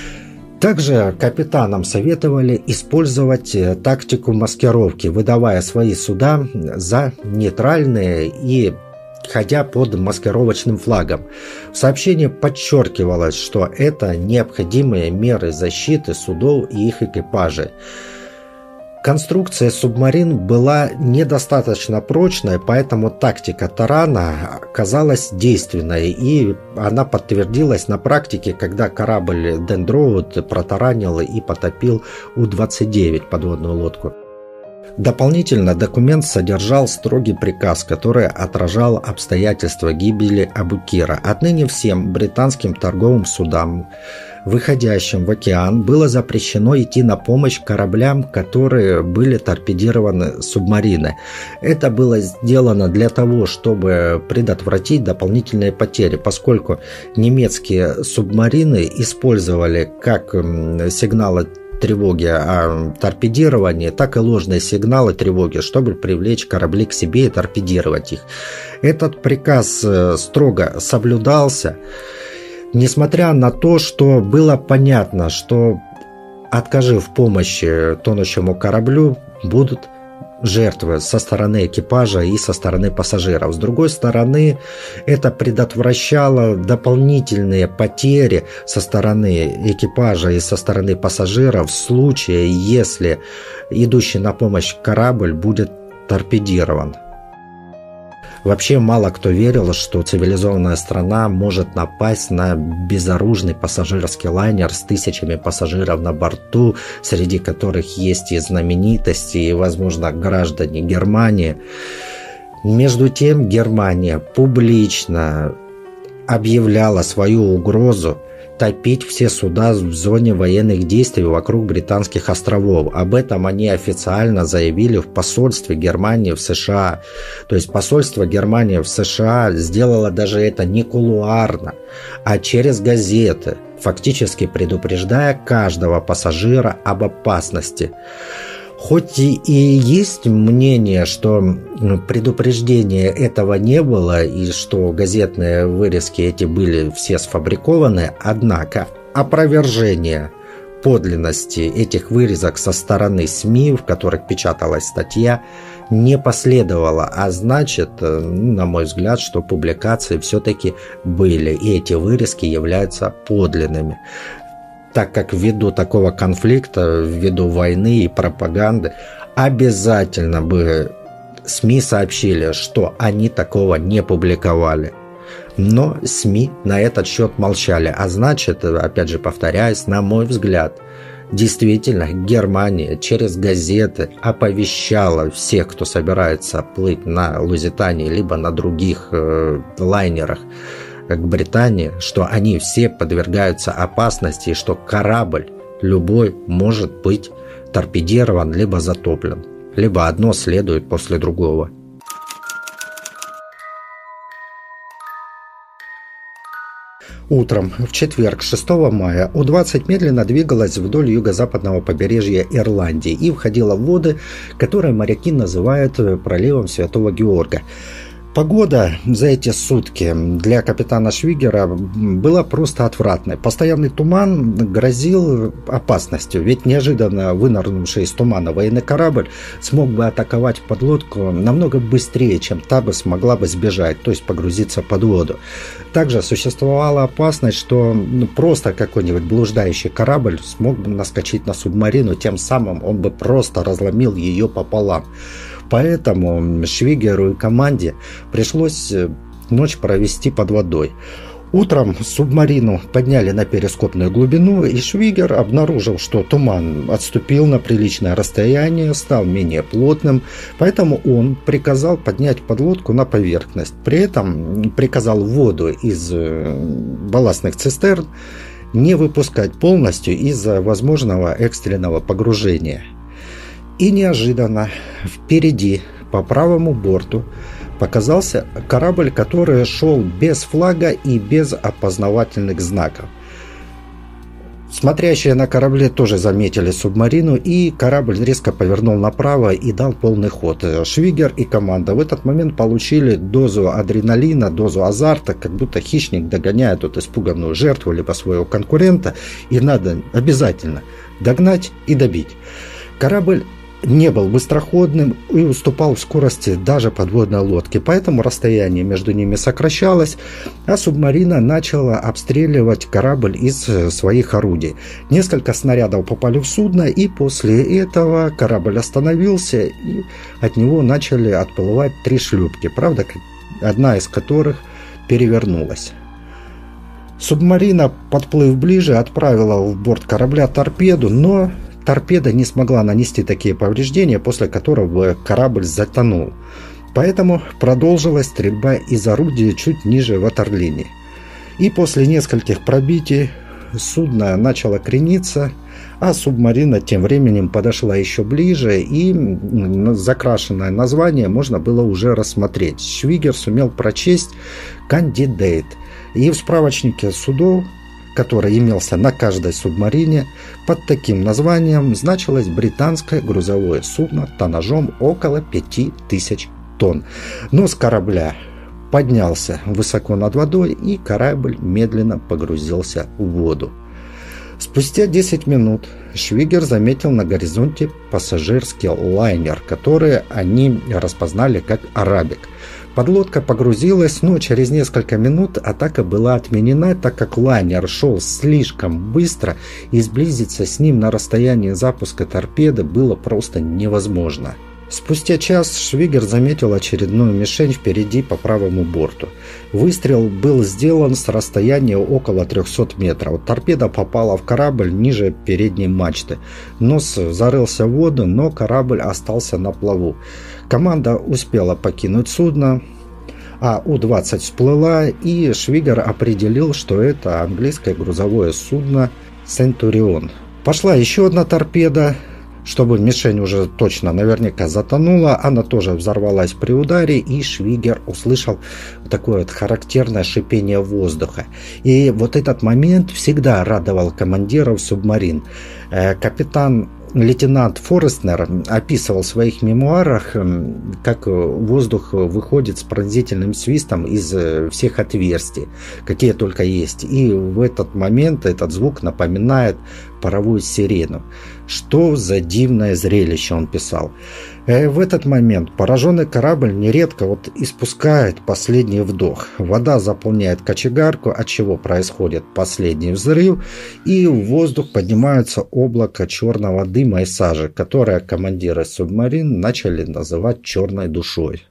Также капитанам советовали использовать тактику маскировки, выдавая свои суда за нейтральные и ходя под маскировочным флагом. В сообщении подчеркивалось, что это необходимые меры защиты судов и их экипажей. Конструкция субмарин была недостаточно прочной, поэтому тактика тарана оказалась действенной, и она подтвердилась на практике, когда корабль Дендроуд протаранил и потопил У двадцать девять подводную лодку. Дополнительно документ содержал строгий приказ, который отражал обстоятельства гибели Абукира. Отныне всем британским торговым судам, выходящим в океан, было запрещено идти на помощь кораблям, которые были торпедированы субмариной. Это было сделано для того, чтобы предотвратить дополнительные потери, поскольку немецкие субмарины использовали как сигналы тревоги о торпедировании, так и ложные сигналы тревоги, чтобы привлечь корабли к себе и торпедировать их. Этот приказ строго соблюдался, несмотря на то, что было понятно, что, откажив в помощи тонущему кораблю, будут жертвы со стороны экипажа и со стороны пассажиров. С другой стороны, это предотвращало дополнительные потери со стороны экипажа и со стороны пассажиров в случае, если идущий на помощь корабль будет торпедирован. Вообще мало кто верил, что цивилизованная страна может напасть на безоружный пассажирский лайнер с тысячами пассажиров на борту, среди которых есть и знаменитости, и, возможно, граждане Германии. Между тем, Германия публично объявляла свою угрозу топить все суда в зоне военных действий вокруг Британских островов. Об этом они официально заявили в посольстве Германии в США. То есть посольство Германии в США сделало даже это не кулуарно, а через газеты, фактически предупреждая каждого пассажира об опасности. Хоть и, и есть мнение, что предупреждения этого не было и что газетные вырезки эти были все сфабрикованы, однако опровержение подлинности этих вырезок со стороны СМИ, в которых печаталась статья, не последовало, а значит, на мой взгляд, что публикации все-таки были, и эти вырезки являются подлинными. Так как ввиду такого конфликта, ввиду войны и пропаганды, обязательно бы СМИ сообщили, что они такого не публиковали. Но СМИ на этот счет молчали. А значит, опять же повторяюсь, на мой взгляд, действительно Германия через газеты оповещала всех, кто собирается плыть на Лузитании либо на других э, лайнерах к Британии, что они все подвергаются опасности и что корабль любой может быть торпедирован либо затоплен, либо одно следует после другого. Утром в четверг, шестого мая, У двадцать медленно двигалась вдоль юго-западного побережья Ирландии и входила в воды, которые моряки называют проливом Святого Георга. Погода за эти сутки для капитана Швигера была просто отвратной. Постоянный туман грозил опасностью, ведь неожиданно вынырнувший из тумана военный корабль смог бы атаковать подлодку намного быстрее, чем та бы смогла бы сбежать, то есть погрузиться под воду. Также существовала опасность, что просто какой-нибудь блуждающий корабль смог бы наскочить на субмарину, тем самым он бы просто разломил ее пополам. Поэтому Швигеру и команде пришлось ночь провести под водой. Утром субмарину подняли на перископную глубину, и Швигер обнаружил, что туман отступил на приличное расстояние, стал менее плотным, поэтому он приказал поднять подлодку на поверхность. При этом приказал воду из балластных цистерн не выпускать полностью из-за возможного экстренного погружения. И неожиданно впереди, по правому борту, показался корабль, который шел без флага и без опознавательных знаков. Смотрящие на корабле тоже заметили субмарину, и корабль резко повернул направо и дал полный ход. Швигер и команда в этот момент получили дозу адреналина, дозу азарта, как будто хищник догоняет тут испуганную жертву либо своего конкурента, и надо обязательно догнать и добить. Корабль не был быстроходным и уступал в скорости даже подводной лодке, поэтому расстояние между ними сокращалось, а субмарина начала обстреливать корабль из своих орудий. Несколько снарядов попали в судно, и после этого корабль остановился, и от него начали отплывать три шлюпки, правда, одна из которых перевернулась. Субмарина, подплыв ближе, отправила в борт корабля торпеду, но торпеда не смогла нанести такие повреждения, после которого корабль затонул. Поэтому продолжилась стрельба из орудия чуть ниже ватерлинии. И после нескольких пробитий судно начало крениться, а субмарина тем временем подошла еще ближе, и закрашенное название можно было уже рассмотреть. Швигер сумел прочесть «Кандидейт», и в справочнике судов, который имелся на каждой субмарине, под таким названием значилось британское грузовое судно тоннажом около пяти тысяч тонн. Нос корабля поднялся высоко над водой, и корабль медленно погрузился в воду. Спустя десять минут Швигер заметил на горизонте пассажирский лайнер, который они распознали как «Арабик». Подлодка погрузилась, но через несколько минут атака была отменена, так как лайнер шел слишком быстро, и сблизиться с ним на расстоянии запуска торпеды было просто невозможно. Спустя час Швигер заметил очередную мишень впереди по правому борту. Выстрел был сделан с расстояния около трехсот метров. Торпеда попала в корабль ниже передней мачты. Нос зарылся в воду, но корабль остался на плаву. Команда успела покинуть судно, а У двадцать всплыла, и Швигер определил, что это английское грузовое судно «Центурион». Пошла еще одна торпеда. Чтобы мишень уже точно наверняка затонула, она тоже взорвалась при ударе, и Швигер услышал такое вот характерное шипение воздуха. И вот этот момент всегда радовал командиров субмарин. Капитан лейтенант Форестнер описывал в своих мемуарах, как воздух выходит с пронзительным свистом из всех отверстий, какие только есть. И в этот момент этот звук напоминает паровую сирену. Что за дивное зрелище, он писал. В этот момент пораженный корабль нередко вот испускает последний вдох. Вода заполняет кочегарку, от чего происходит последний взрыв, и в воздух поднимается облако черного дыма и сажи, которое командиры субмарин начали называть черной душой.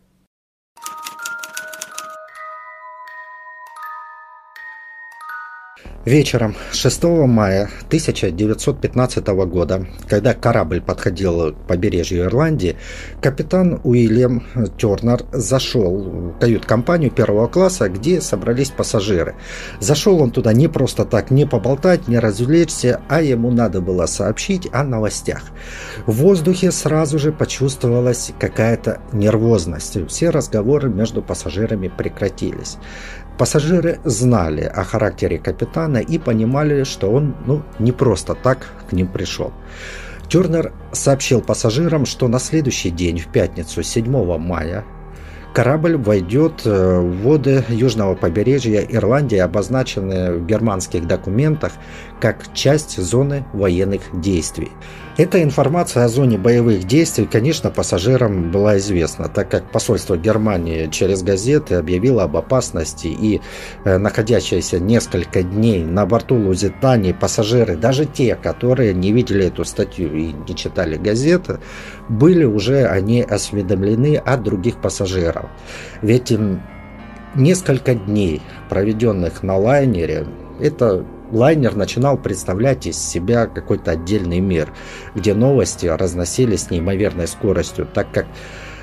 Вечером шестого мая тысяча девятьсот пятнадцатого года, когда корабль подходил к побережью Ирландии, капитан Уильям Тернер зашел в кают-компанию первого класса, где собрались пассажиры. Зашел он туда не просто так, не поболтать, не развлечься, а ему надо было сообщить о новостях. В воздухе сразу же почувствовалась какая-то нервозность. Все разговоры между пассажирами прекратились. Пассажиры знали о характере капитана и понимали, что он ну, не просто так к ним пришел. Тернер сообщил пассажирам, что на следующий день, в пятницу, седьмого мая, корабль войдет в воды южного побережья Ирландии, обозначенные в германских документах как часть зоны военных действий. Эта информация о зоне боевых действий, конечно, пассажирам была известна, так как посольство Германии через газеты объявило об опасности, и э, находящиеся несколько дней на борту Лузитании пассажиры, даже те, которые не видели эту статью и не читали газеты, были уже они осведомлены от других пассажиров. Ведь несколько дней, проведенных на лайнере, это лайнер начинал представлять из себя какой-то отдельный мир, где новости разносились с неимоверной скоростью, так как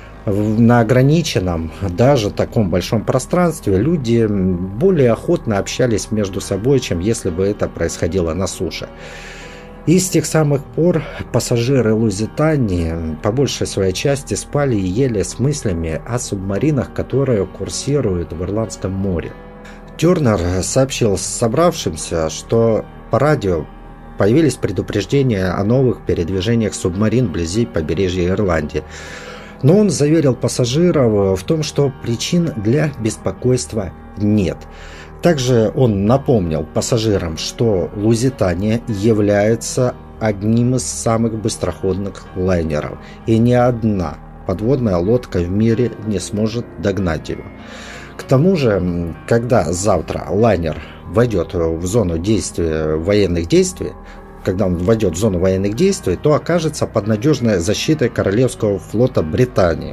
на ограниченном, даже таком большом пространстве люди более охотно общались между собой, чем если бы это происходило на суше. И с тех самых пор пассажиры Лузитании по большей своей части спали и ели с мыслями о субмаринах, которые курсируют в Ирландском море. Тернер сообщил собравшимся, что по радио появились предупреждения о новых передвижениях субмарин вблизи побережья Ирландии. Но он заверил пассажиров в том, что причин для беспокойства нет. Также он напомнил пассажирам, что Лузитания является одним из самых быстроходных лайнеров, и ни одна подводная лодка в мире не сможет догнать его. К тому же, когда завтра лайнер войдет в зону действия военных действий, когда он войдет в зону военных действий, то окажется под надежной защитой Королевского флота Британии.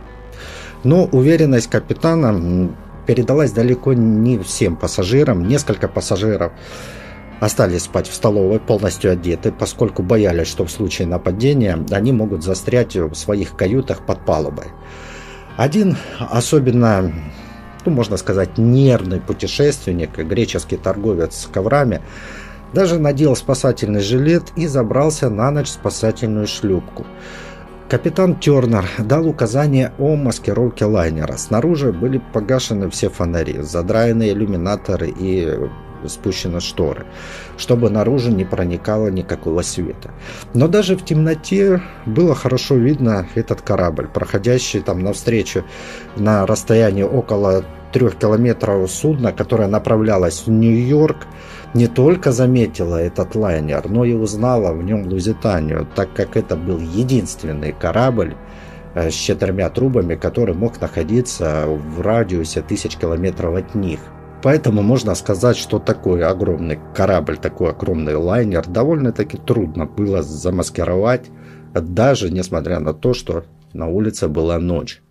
Но уверенность капитана передалась далеко не всем пассажирам. Несколько пассажиров остались спать в столовой, полностью одеты, поскольку боялись, что в случае нападения они могут застрять в своих каютах под палубой. Один особенно, ну, можно сказать, нервный путешественник, греческий торговец с коврами, даже надел спасательный жилет и забрался на ночь в спасательную шлюпку. Капитан Тернер дал указание о маскировке лайнера. Снаружи были погашены все фонари, задраены иллюминаторы и спущены шторы, чтобы наружу не проникало никакого света. Но даже в темноте было хорошо видно этот корабль, проходящий там навстречу на расстоянии около трех километров судна, которое направлялось в Нью-Йорк, не только заметила этот лайнер, но и узнала в нем Лузитанию, так как это был единственный корабль с четырьмя трубами, который мог находиться в радиусе тысяч километров от них. Поэтому можно сказать, что такой огромный корабль, такой огромный лайнер довольно-таки трудно было замаскировать, даже несмотря на то, что на улице была ночь.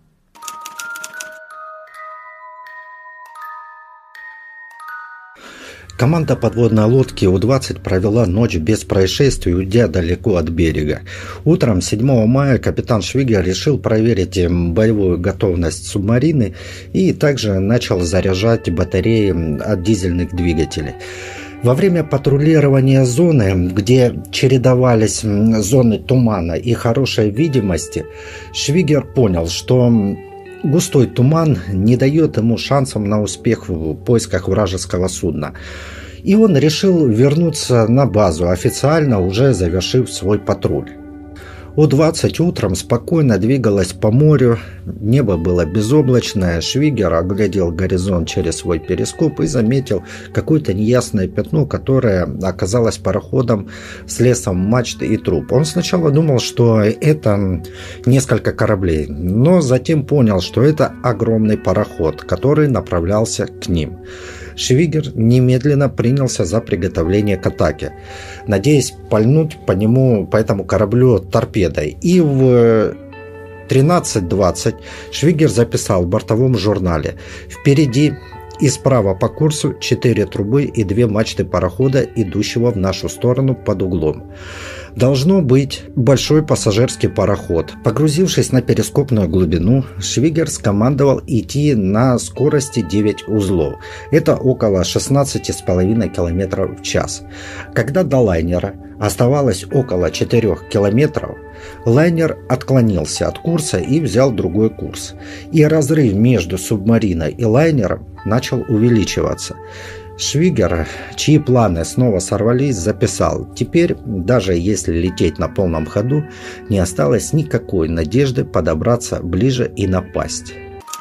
Команда подводной лодки У двадцать провела ночь без происшествий, уйдя далеко от берега. Утром седьмого мая капитан Швигер решил проверить боевую готовность субмарины и также начал заряжать батареи от дизельных двигателей. Во время патрулирования зоны, где чередовались зоны тумана и хорошей видимости, Швигер понял, что густой туман не дает ему шансов на успех в поисках вражеского судна. И он решил вернуться на базу, официально уже завершив свой патруль. У двадцать утром спокойно двигалась по морю, небо было безоблачное. Швигер оглядел горизонт через свой перископ и заметил какое-то неясное пятно, которое оказалось пароходом с лесом мачт и труб. Он сначала думал, что это несколько кораблей, но затем понял, что это огромный пароход, который направлялся к ним. Швигер немедленно принялся за приготовление к атаке, надеясь пальнуть по нему, по этому кораблю торпедой. И в тринадцать двадцать Швигер записал в бортовом журнале: впереди и справа по курсу четыре трубы и две мачты парохода, идущего в нашу сторону под углом. Должно быть большой пассажирский пароход. Погрузившись на перископную глубину, Швигер скомандовал идти на скорости девять узлов. Это около шестнадцать с половиной километров в час. Когда до лайнера оставалось около четырёх километров, лайнер отклонился от курса и взял другой курс. И разрыв между субмариной и лайнером начал увеличиваться. Швигер, чьи планы снова сорвались, записал: теперь, даже если лететь на полном ходу, не осталось никакой надежды подобраться ближе и напасть.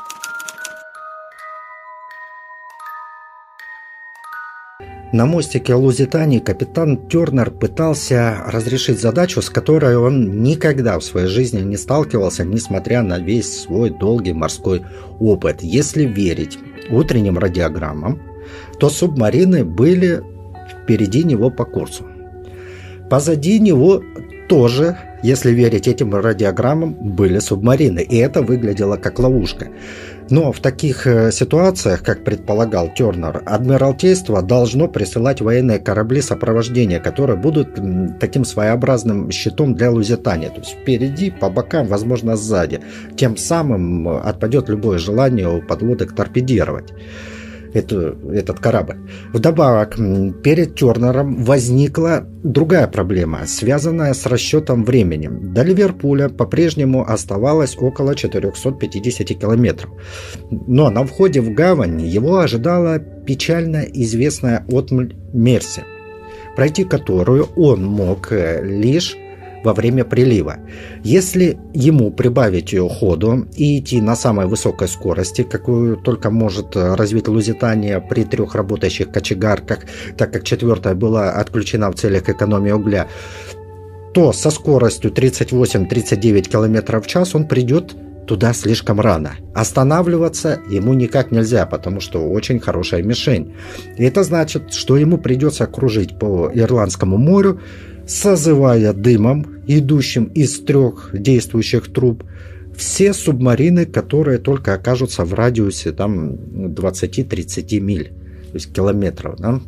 На мостике Лузитании капитан Тернер пытался разрешить задачу, с которой он никогда в своей жизни не сталкивался, несмотря на весь свой долгий морской опыт. Если верить утренним радиограммам, то субмарины были впереди него по курсу. Позади него тоже, если верить этим радиограммам, были субмарины, и это выглядело как ловушка. Но в таких ситуациях, как предполагал Тернер, Адмиралтейство должно присылать военные корабли сопровождения, которые будут таким своеобразным щитом для Лузитании. То есть впереди, по бокам, возможно, сзади. Тем самым отпадет любое желание у подлодок торпедировать Эту, этот корабль. Вдобавок, перед Тернером возникла другая проблема, связанная с расчетом времени. До Ливерпуля по-прежнему оставалось около четыреста пятьдесят километров. Но на входе в гавань его ожидала печально известная отмель Мерси, пройти которую он мог лишь во время прилива. Если ему прибавить ее ходу и идти на самой высокой скорости, какую только может развить Лузитания при трех работающих кочегарках, так как четвертая была отключена в целях экономии угля, то со скоростью тридцать восемь - тридцать девять километров в час он придет туда слишком рано. Останавливаться ему никак нельзя, потому что очень хорошая мишень. И это значит, что ему придется кружить по Ирландскому морю, созывая дымом, идущим из трех действующих труб, все субмарины, которые только окажутся в радиусе там двадцать-тридцать миль, то есть километров. Да?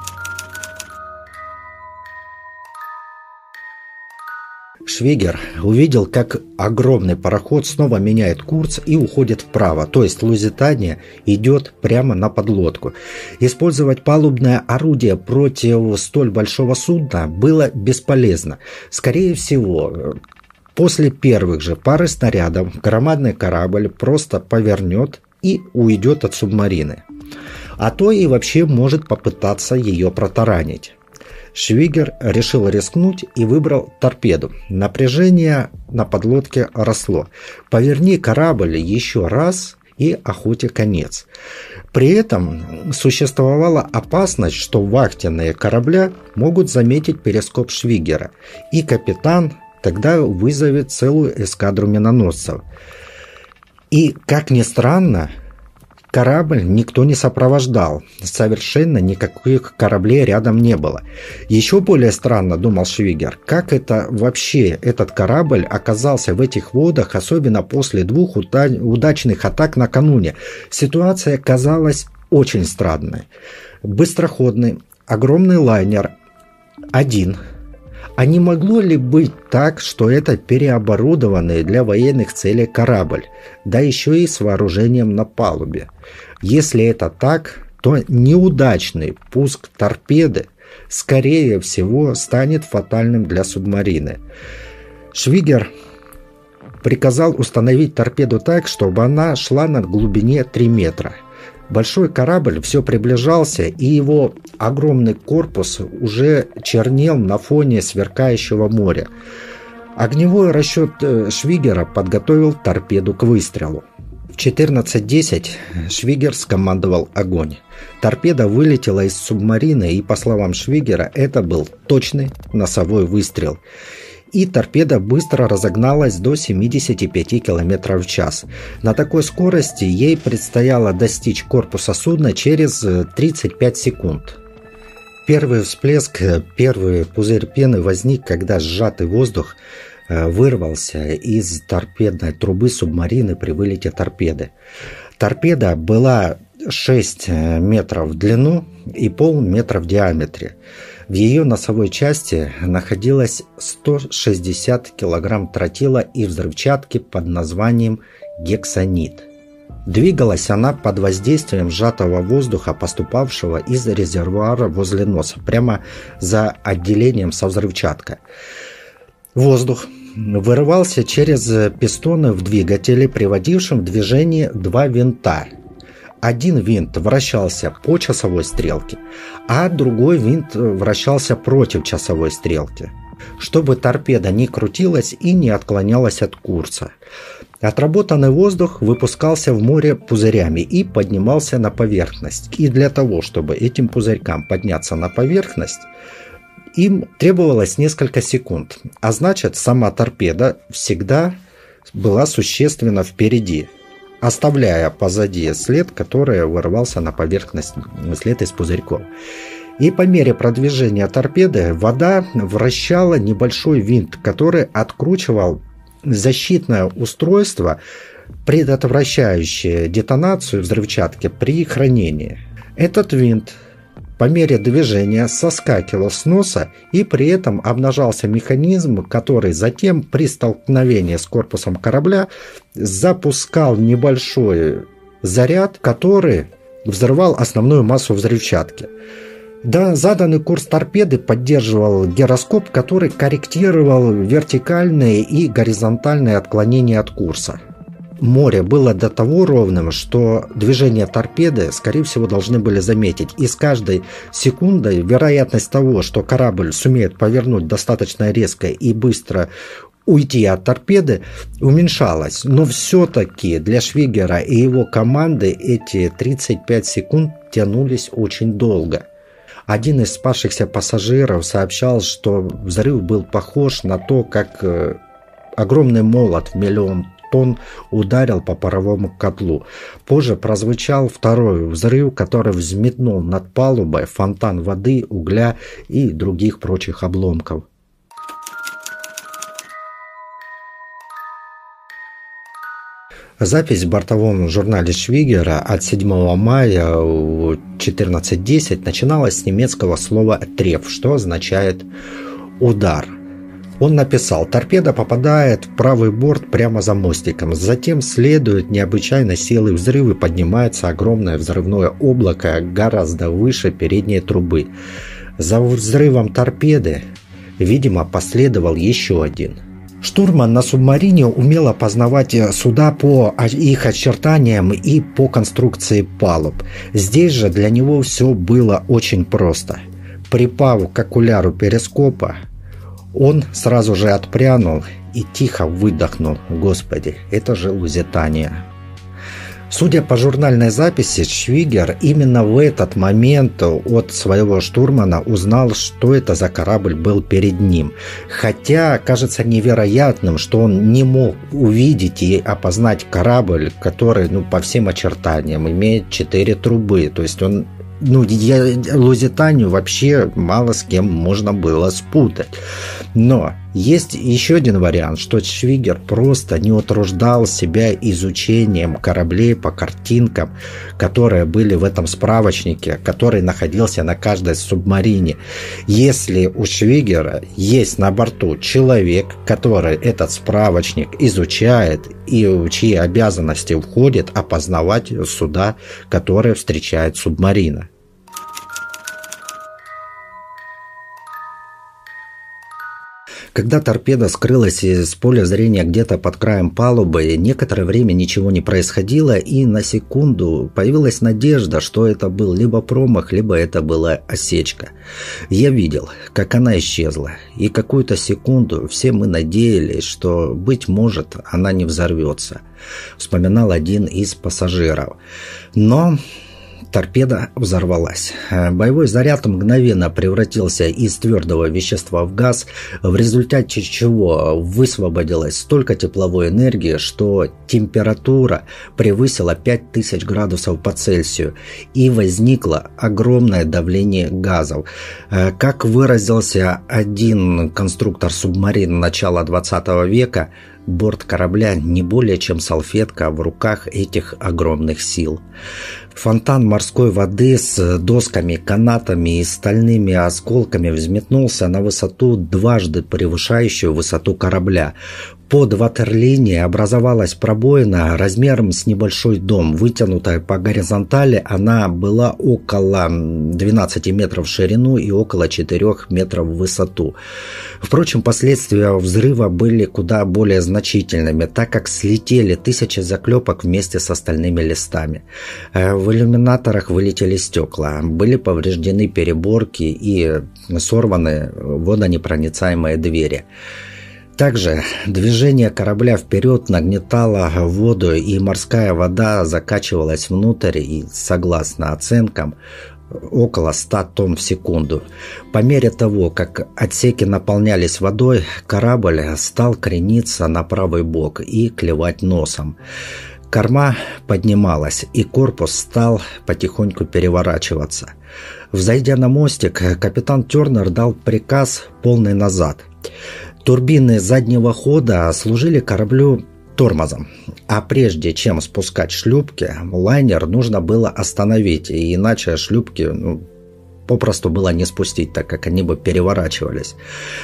Швигер увидел, как огромный пароход снова меняет курс и уходит вправо, то есть Лузитания идет прямо на подлодку. Использовать палубное орудие против столь большого судна было бесполезно. Скорее всего, после первых же пары снарядов громадный корабль просто повернет и уйдет от субмарины. А то и вообще может попытаться ее протаранить. Швигер решил рискнуть и выбрал торпеду. Напряжение на подлодке росло. Поверни корабль еще раз, и охоте конец. При этом существовала опасность, что вахтенные корабля могут заметить перископ Швигера, и капитан тогда вызовет целую эскадру миноносцев. И, как ни странно, Корабль никто не сопровождал, совершенно никаких кораблей рядом не было. Еще более странно, думал Швигер, как это вообще этот корабль оказался в этих водах, особенно после двух удачных атак накануне. Ситуация казалась очень странной. Быстроходный, огромный лайнер, один. А не могло ли быть так, что это переоборудованный для военных целей корабль, да еще и с вооружением на палубе? Если это так, то неудачный пуск торпеды, скорее всего, станет фатальным для субмарины. Швигер приказал установить торпеду так, чтобы она шла на глубине три метра. Большой корабль все приближался, и его огромный корпус уже чернел на фоне сверкающего моря. Огневой расчет Швигера подготовил торпеду к выстрелу. В четырнадцать десять Швигер скомандовал огонь. Торпеда вылетела из субмарины, и, по словам Швигера, это был точный носовой выстрел. И торпеда быстро разогналась до семидесяти пяти километров в час. На такой скорости ей предстояло достичь корпуса судна через тридцать пять секунд. Первый всплеск, первый пузырь пены возник, когда сжатый воздух вырвался из торпедной трубы субмарины при вылете торпеды. Торпеда была шесть метров в длину и полметра в диаметре. В ее носовой части находилось сто шестьдесят килограмм тротила и взрывчатки под названием гексонит. Двигалась она под воздействием сжатого воздуха, поступавшего из резервуара возле носа, прямо за отделением со взрывчаткой. Воздух вырывался через пистоны в двигателе, приводившем в движение два винта. Один винт вращался по часовой стрелке, а другой винт вращался против часовой стрелки, чтобы торпеда не крутилась и не отклонялась от курса. Отработанный воздух выпускался в море пузырями и поднимался на поверхность. И для того, чтобы этим пузырькам подняться на поверхность, им требовалось несколько секунд, а значит, сама торпеда всегда была существенно впереди, оставляя позади след, который вырвался на поверхность, след из пузырьков. И по мере продвижения торпеды вода вращала небольшой винт, который откручивал защитное устройство, предотвращающее детонацию взрывчатки при хранении. Этот винт по мере движения соскакивал с носа, и при этом обнажался механизм, который затем при столкновении с корпусом корабля запускал небольшой заряд, который взрывал основную массу взрывчатки. Да, заданный курс торпеды поддерживал гироскоп, который корректировал вертикальные и горизонтальные отклонения от курса. Море было до того ровным, что движение торпеды, скорее всего, должны были заметить. И с каждой секундой вероятность того, что корабль сумеет повернуть достаточно резко и быстро уйти от торпеды, уменьшалась. Но все-таки для Швигера и его команды эти тридцать пять секунд тянулись очень долго. Один из спасшихся пассажиров сообщал, что взрыв был похож на то, как огромный молот в миллион тонн ударил по паровому котлу. Позже прозвучал второй взрыв, который взметнул над палубой фонтан воды, угля и других прочих обломков. Запись в бортовом журнале Швигера от седьмого мая в четырнадцать десять начиналась с немецкого слова «треф», что означает «удар». Он написал: торпеда попадает в правый борт прямо за мостиком. Затем следует необычайной силы взрыв и поднимается огромное взрывное облако гораздо выше передней трубы. За взрывом торпеды, видимо, последовал еще один. Штурман на субмарине умел опознавать суда по их очертаниям и по конструкции палуб. Здесь же для него все было очень просто. Припав к окуляру перископа, он сразу же отпрянул и тихо выдохнул: «Господи, это же Лузитания». Судя по журнальной записи, Швигер именно в этот момент от своего штурмана узнал, что это за корабль был перед ним. Хотя кажется невероятным, что он не мог увидеть и опознать корабль, который, ну, по всем очертаниям имеет четыре трубы. То есть он... Ну, я, Лузитанию вообще мало с кем можно было спутать. Но есть еще один вариант, что Швигер просто не утруждал себя изучением кораблей по картинкам, которые были в этом справочнике, который находился на каждой субмарине. Если у Швигера есть на борту человек, который этот справочник изучает и в чьи обязанности входит опознавать суда, которые встречает субмарина. Когда торпеда скрылась из поля зрения где-то под краем палубы, некоторое время ничего не происходило, и на секунду появилась надежда, что это был либо промах, либо это была осечка. Я видел, как она исчезла, и какую-то секунду все мы надеялись, что, быть может, она не взорвется, вспоминал один из пассажиров. Но... торпеда взорвалась. Боевой заряд мгновенно превратился из твердого вещества в газ, в результате чего высвободилось столько тепловой энергии, что температура превысила пять тысяч градусов по Цельсию, и возникло огромное давление газов. Как выразился один конструктор субмарин начала двадцатого века, борт корабля не более чем салфетка в руках этих огромных сил. Фонтан морской воды с досками, канатами и стальными осколками взметнулся на высоту, дважды превышающую высоту корабля. Под ватерлинией образовалась пробоина размером с небольшой дом. Вытянутая по горизонтали, она была около двенадцати метров в ширину и около четырёх метров в высоту. Впрочем, последствия взрыва были куда более значительными, так как слетели тысячи заклепок вместе с остальными листами. В иллюминаторах вылетели стекла, были повреждены переборки и сорваны водонепроницаемые двери. Также движение корабля вперед нагнетало воду, и морская вода закачивалась внутрь, и, согласно оценкам, около ста тонн в секунду. По мере того, как отсеки наполнялись водой, корабль стал крениться на правый бок и клевать носом. Корма поднималась, и корпус стал потихоньку переворачиваться. Взойдя на мостик, капитан Тернер дал приказ полный назад. Турбины заднего хода служили кораблю тормозом, а прежде чем спускать шлюпки, лайнер нужно было остановить, и иначе шлюпки ну, попросту было не спустить, так как они бы переворачивались.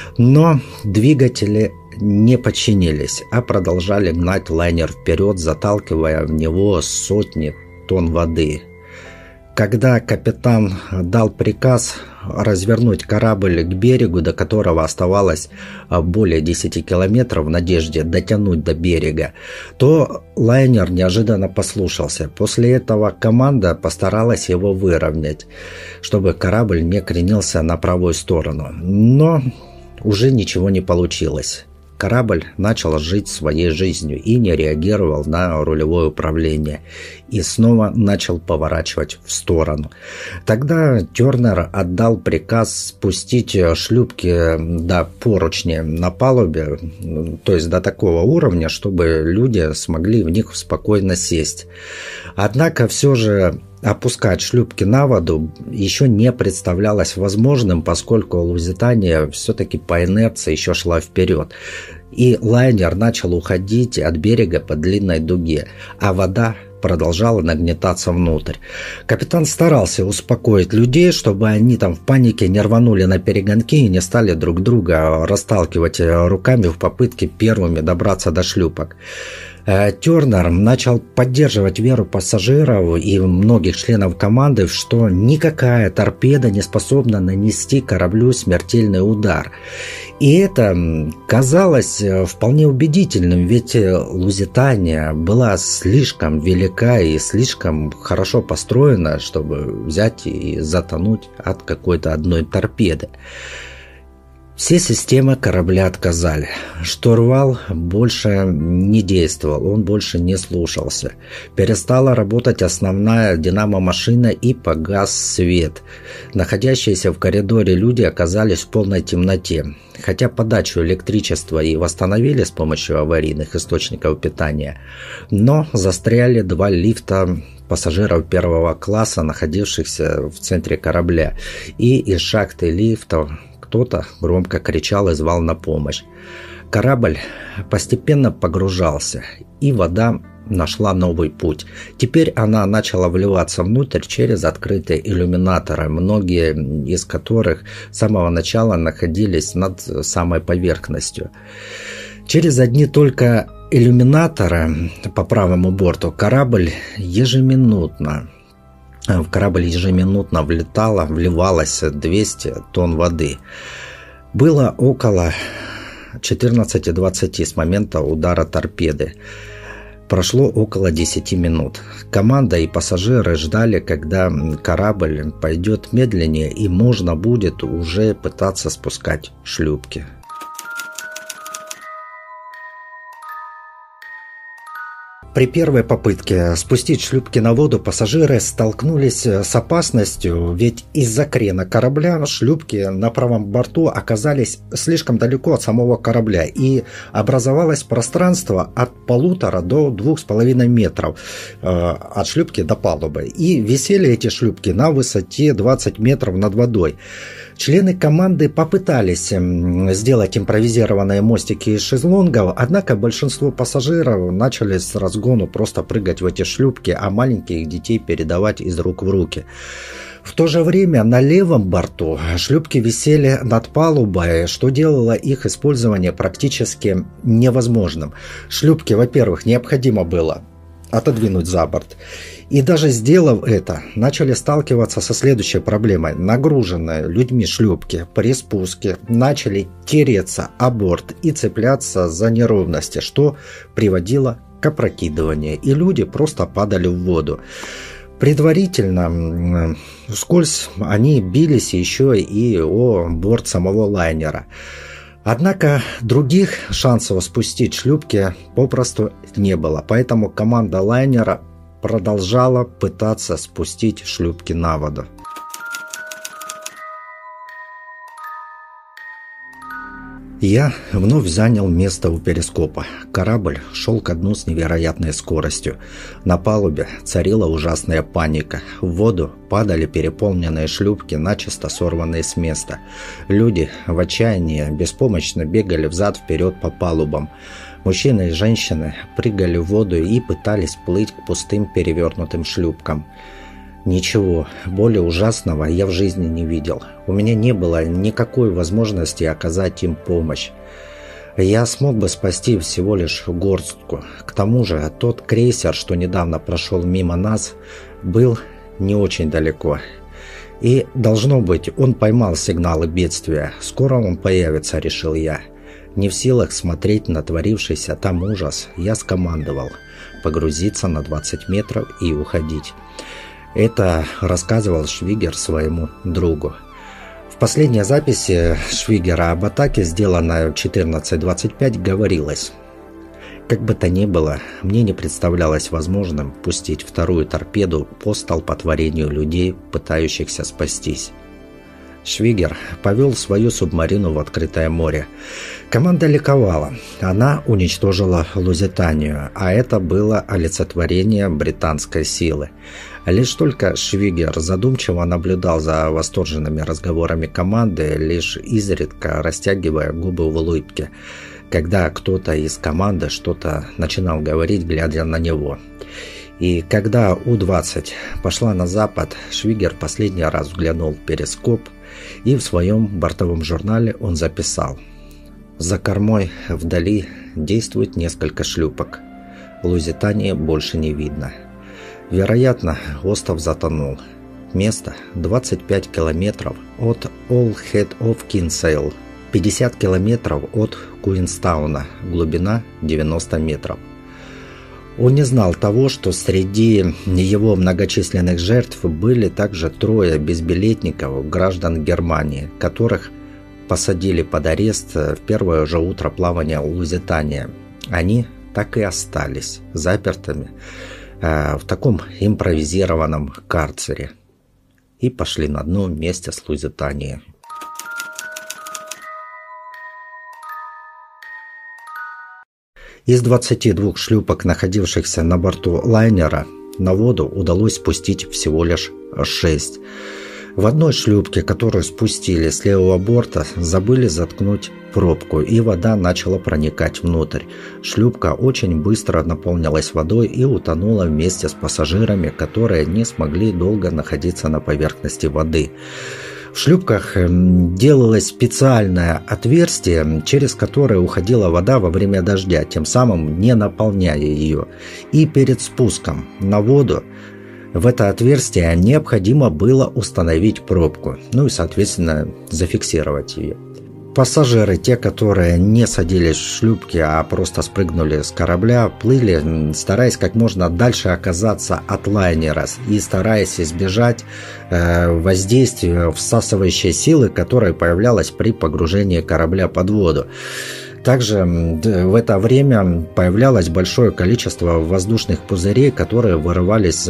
Но двигатели не подчинились, а продолжали гнать лайнер вперед, заталкивая в него сотни тонн воды. Когда капитан дал приказ развернуть корабль к берегу, до которого оставалось более десяти километров в надежде дотянуть до берега, то лайнер неожиданно послушался. После этого команда постаралась его выровнять, чтобы корабль не кренился на правую сторону. Но уже ничего не получилось. Корабль начал жить своей жизнью и не реагировал на рулевое управление, и снова начал поворачивать в сторону. Тогда Тернер отдал приказ спустить шлюпки до поручня на палубе, то есть до такого уровня, чтобы люди смогли в них спокойно сесть. Однако все же опускать шлюпки на воду еще не представлялось возможным, поскольку Лузитания все-таки по инерции еще шла вперед. И лайнер начал уходить от берега по длинной дуге, а вода продолжала нагнетаться внутрь. Капитан старался успокоить людей, чтобы они там в панике не рванули на перегонки и не стали друг друга расталкивать руками в попытке первыми добраться до шлюпок. Тернер начал поддерживать веру пассажиров и многих членов команды, что никакая торпеда не способна нанести кораблю смертельный удар. И это казалось вполне убедительным, ведь Лузитания была слишком велика и слишком хорошо построена, чтобы взять и затонуть от какой-то одной торпеды. Все системы корабля отказали. Штурвал больше не действовал, он больше не слушался. Перестала работать основная динамо-машина и погас свет. Находящиеся в коридоре люди оказались в полной темноте. Хотя подачу электричества и восстановили с помощью аварийных источников питания, но застряли два лифта пассажиров первого класса, находившихся в центре корабля, и из шахты лифтов кто-то громко кричал и звал на помощь. Корабль постепенно погружался, и вода нашла новый путь. Теперь она начала вливаться внутрь через открытые иллюминаторы, многие из которых с самого начала находились над самой поверхностью. Через одни только иллюминаторы по правому борту корабль ежеминутно В корабль ежеминутно влетало, вливалось двести тонн воды. Было около четырнадцати двадцати с момента удара торпеды. Прошло около десяти минут. Команда и пассажиры ждали, когда корабль пойдет медленнее и можно будет уже пытаться спускать шлюпки. При первой попытке спустить шлюпки на воду пассажиры столкнулись с опасностью, ведь из-за крена корабля шлюпки на правом борту оказались слишком далеко от самого корабля, и образовалось пространство от полутора до двух с половиной метров э, от шлюпки до палубы, и висели эти шлюпки на высоте двадцать метров над водой. Члены команды попытались сделать импровизированные мостики из шезлонгов, однако большинство пассажиров начали с разгону просто прыгать в эти шлюпки, а маленьких детей передавать из рук в руки. В то же время на левом борту шлюпки висели над палубой, что делало их использование практически невозможным. Шлюпки, во-первых, необходимо было отодвинуть за борт. И даже сделав это, начали сталкиваться со следующей проблемой. Нагруженные людьми шлюпки при спуске начали тереться о борт и цепляться за неровности, что приводило к опрокидыванию, и люди просто падали в воду. Предварительно вскользь они бились еще и о борт самого лайнера. Однако других шансов спустить шлюпки попросту не было, поэтому команда лайнера продолжала пытаться спустить шлюпки на воду. Я вновь занял место у перископа. Корабль шел ко дну с невероятной скоростью. На палубе царила ужасная паника. В воду падали переполненные шлюпки, начисто сорванные с места. Люди в отчаянии беспомощно бегали взад-вперед по палубам. Мужчины и женщины прыгали в воду и пытались плыть к пустым перевернутым шлюпкам. Ничего более ужасного я в жизни не видел. У меня не было никакой возможности оказать им помощь. Я смог бы спасти всего лишь горстку. К тому же тот крейсер, что недавно прошел мимо нас, был не очень далеко. И, должно быть, он поймал сигналы бедствия. Скоро он появится, решил я. Не в силах смотреть на творившийся там ужас, я скомандовал погрузиться на двадцать метров и уходить. Это рассказывал Швигер своему другу. В последней записи Швигера об атаке, сделанной в четырнадцать двадцать пять, говорилось: как бы то ни было, мне не представлялось возможным пустить вторую торпеду по столпотворению людей, пытающихся спастись. Швигер повел свою субмарину в открытое море. Команда ликовала. Она уничтожила Лузитанию, а это было олицетворение британской силы. Лишь только Швигер задумчиво наблюдал за восторженными разговорами команды, лишь изредка растягивая губы в улыбке, когда кто-то из команды что-то начинал говорить, глядя на него. И когда У двадцать пошла на запад, Швигер последний раз взглянул в перископ, и в своем бортовом журнале он записал: «За кормой вдали действует несколько шлюпок. Лузитании больше не видно. Вероятно, остров затонул. Место двадцать пять километров от All Head of Kinsale, пятьдесят километров от Куинстауна, глубина девяносто метров». Он не знал того, что среди его многочисленных жертв были также трое безбилетников, граждан Германии, которых посадили под арест в первое же утро плавания у Лузитания. Они так и остались запертыми э, в таком импровизированном карцере и пошли на дно вместе с Лузитанией. Из двадцати двух шлюпок, находившихся на борту лайнера, на воду удалось спустить всего лишь шесть. В одной шлюпке, которую спустили с левого борта, забыли заткнуть пробку, и вода начала проникать внутрь. Шлюпка очень быстро наполнилась водой и утонула вместе с пассажирами, которые не смогли долго находиться на поверхности воды. В шлюпках делалось специальное отверстие, через которое уходила вода во время дождя, тем самым не наполняя ее. И перед спуском на воду в это отверстие необходимо было установить пробку, ну и, соответственно, зафиксировать ее. Пассажиры, те, которые не садились в шлюпки, а просто спрыгнули с корабля, плыли, стараясь как можно дальше оказаться от лайнера и стараясь избежать э, воздействия всасывающей силы, которая появлялась при погружении корабля под воду. Также в это время появлялось большое количество воздушных пузырей, которые вырывались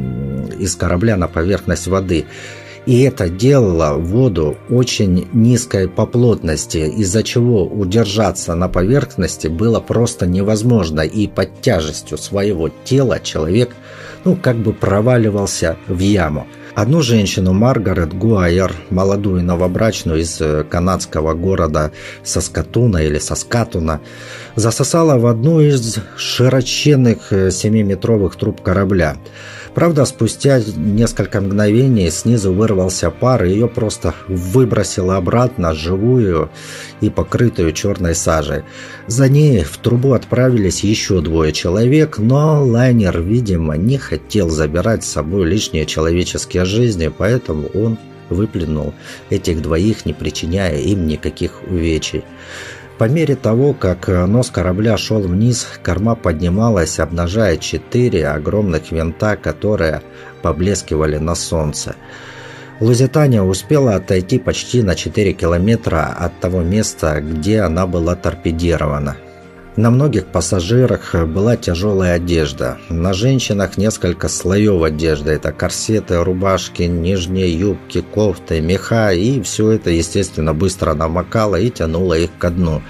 из корабля на поверхность воды. И это делало воду очень низкой по плотности, из-за чего удержаться на поверхности было просто невозможно. И под тяжестью своего тела человек, ну, как бы проваливался в яму. Одну женщину, Маргарет Гуайер, молодую новобрачную из канадского города Саскатуна или Саскатуна, засосала в одну из широченных семиметровых труб корабля. Правда, спустя несколько мгновений снизу вырвался пар, и ее просто выбросило обратно, живую и покрытую черной сажей. За ней в трубу отправились еще двое человек, но лайнер, видимо, не хотел забирать с собой лишние человеческие жизни, поэтому он выплюнул этих двоих, не причиняя им никаких увечий. По мере того, как нос корабля шел вниз, корма поднималась, обнажая четыре огромных винта, которые поблескивали на солнце. Лузитания успела отойти почти на четыре километра от того места, где она была торпедирована. На многих пассажирах была тяжелая одежда. На женщинах несколько слоев одежды. Это корсеты, рубашки, нижние юбки, кофты, меха. И все это, естественно, быстро намокало и тянуло их ко дну.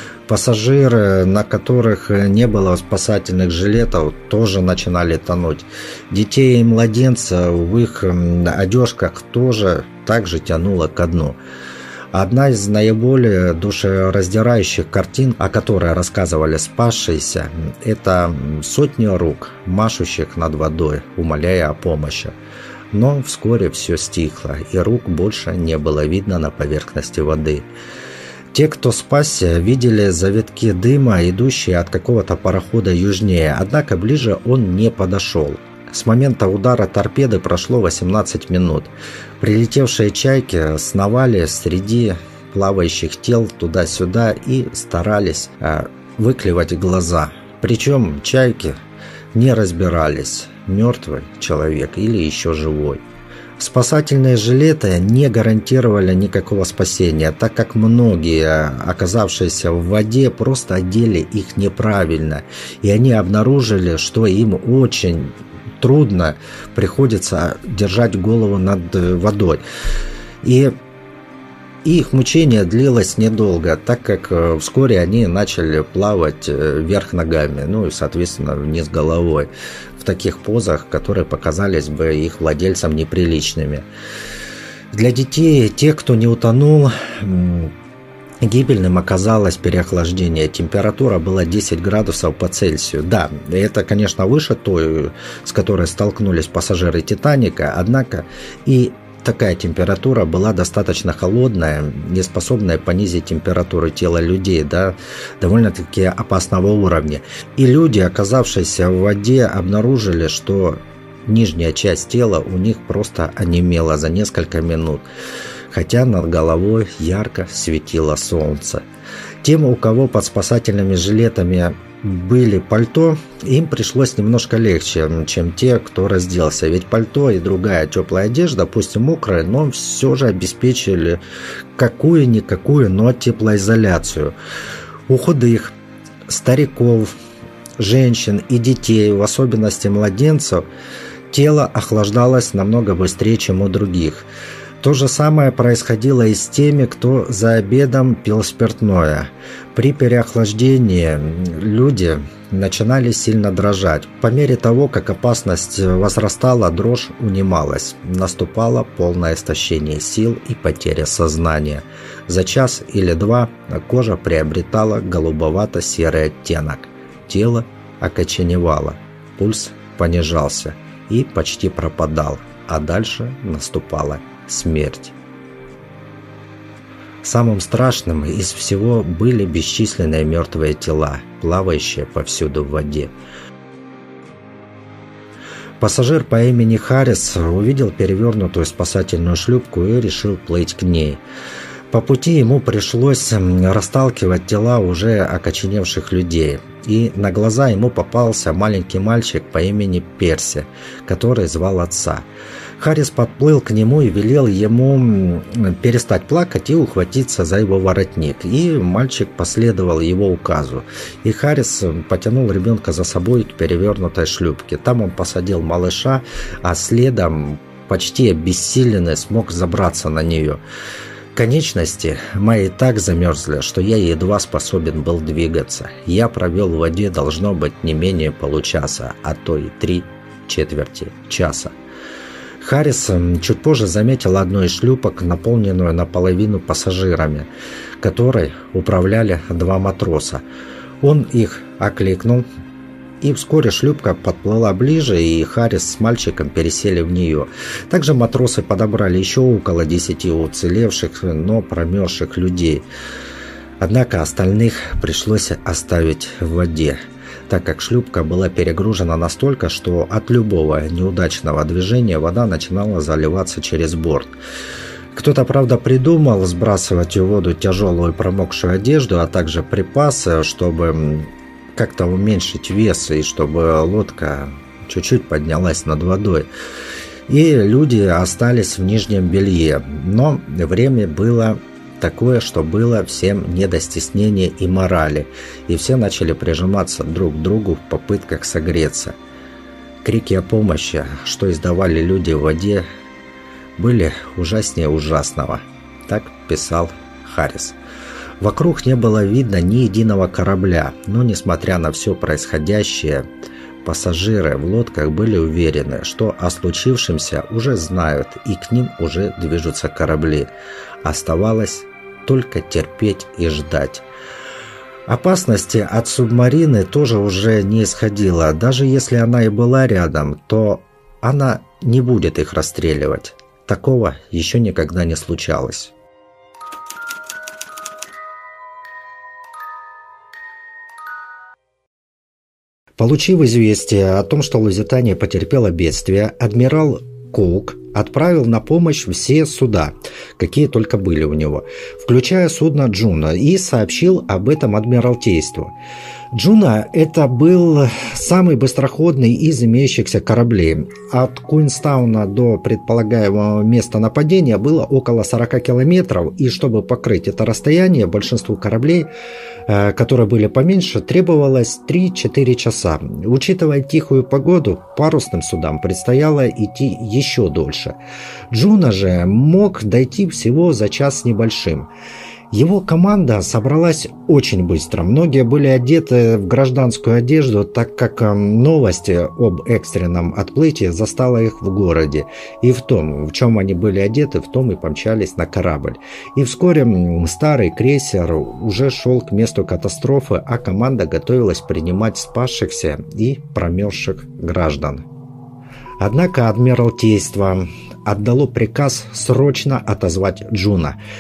Пассажиры, на которых не было спасательных жилетов, тоже начинали тонуть. Детей и младенцев в их одежках тоже также тянуло ко дну. Одна из наиболее душераздирающих картин, о которой рассказывали спасшиеся, это сотни рук, машущих над водой, умоляя о помощи. Но вскоре все стихло, и рук больше не было видно на поверхности воды. Те, кто спасся, видели завитки дыма, идущие от какого-то парохода южнее, однако ближе он не подошел. С момента удара торпеды прошло восемнадцать минут. Прилетевшие чайки сновали среди плавающих тел туда-сюда и старались э, выклевать глаза. Причем чайки не разбирались, мертвый человек или еще живой. Спасательные жилеты не гарантировали никакого спасения, так как многие, оказавшиеся в воде, просто одели их неправильно. И они обнаружили, что им очень трудно приходится держать голову над водой. И их мучение длилось недолго, так как вскоре они начали плавать вверх ногами, ну и, соответственно, вниз головой, в таких позах, которые показались бы их владельцам неприличными. Для детей, тех, кто не утонул, гибельным оказалось переохлаждение. Температура была десять градусов по Цельсию. Да, это, конечно, выше той, с которой столкнулись пассажиры «Титаника», однако и такая температура была достаточно холодная, не способная понизить температуру тела людей до довольно-таки опасного уровня. И люди, оказавшиеся в воде, обнаружили, что нижняя часть тела у них просто онемела за несколько минут, хотя над головой ярко светило солнце. Тем, у кого под спасательными жилетами были пальто, им пришлось немножко легче, чем те, кто разделся. Ведь пальто и другая теплая одежда, пусть и мокрая, но все же обеспечили какую-никакую, но теплоизоляцию. У худых, стариков, женщин и детей, в особенности младенцев, тело охлаждалось намного быстрее, чем у других. То же самое происходило и с теми, кто за обедом пил спиртное. При переохлаждении люди начинали сильно дрожать. По мере того, как опасность возрастала, дрожь унималась. Наступало полное истощение сил и потеря сознания. За час или два кожа приобретала голубовато-серый оттенок. Тело окоченевало, пульс понижался и почти пропадал, а дальше наступала смерть. Самым страшным из всего были бесчисленные мертвые тела, плавающие повсюду в воде. Пассажир по имени Харрис увидел перевернутую спасательную шлюпку и решил плыть к ней. По пути ему пришлось расталкивать тела уже окоченевших людей, и на глаза ему попался маленький мальчик по имени Перси, который звал отца. Харрис подплыл к нему и велел ему перестать плакать и ухватиться за его воротник. И мальчик последовал его указу. И Харрис потянул ребенка за собой к перевернутой шлюпке. Там он посадил малыша, а следом, почти обессиленный, смог забраться на нее. Конечности мои так замерзли, что я едва способен был двигаться. Я провел в воде, должно быть, не менее получаса, а то и три четверти часа. Харрис чуть позже заметил одну из шлюпок, наполненную наполовину пассажирами, которой управляли два матроса. Он их окликнул, и вскоре шлюпка подплыла ближе, и Харрис с мальчиком пересели в нее. Также матросы подобрали еще около десяти уцелевших, но промерзших людей. Однако остальных пришлось оставить в воде, так как шлюпка была перегружена настолько, что от любого неудачного движения вода начинала заливаться через борт. Кто-то, правда, придумал сбрасывать в воду тяжелую промокшую одежду, а также припасы, чтобы как-то уменьшить вес и чтобы лодка чуть-чуть поднялась над водой. И люди остались в нижнем белье, но время было такое, что было всем не до стеснения и морали, и все начали прижиматься друг к другу в попытках согреться. Крики о помощи, что издавали люди в воде, были ужаснее ужасного. Так писал Харрис. Вокруг не было видно ни единого корабля, но, несмотря на все происходящее, пассажиры в лодках были уверены, что о случившемся уже знают, и к ним уже движутся корабли. Оставалось только терпеть и ждать. Опасности от субмарины тоже уже не исходило. Даже если она и была рядом, то она не будет их расстреливать. Такого еще никогда не случалось. Получив известие о том, что Лузитания потерпела бедствие, адмирал Коук отправил на помощь все суда, какие только были у него, включая судно Джуна, и сообщил об этом Адмиралтейству. Джуна – это был самый быстроходный из имеющихся кораблей. От Куинстауна до предполагаемого места нападения было около сорока километров, и чтобы покрыть это расстояние, большинству кораблей, которые были поменьше, требовалось три-четыре часа. Учитывая тихую погоду, парусным судам предстояло идти еще дольше. Джуна же мог дойти всего за час с небольшим. Его команда собралась очень быстро. Многие были одеты в гражданскую одежду, так как новость об экстренном отплытии застала их в городе. И в том, в чем они были одеты, в том и помчались на корабль. И вскоре старый крейсер уже шел к месту катастрофы, а команда готовилась принимать спасшихся и промерзших граждан. Однако Адмиралтейство отдало приказ срочно отозвать Джуна.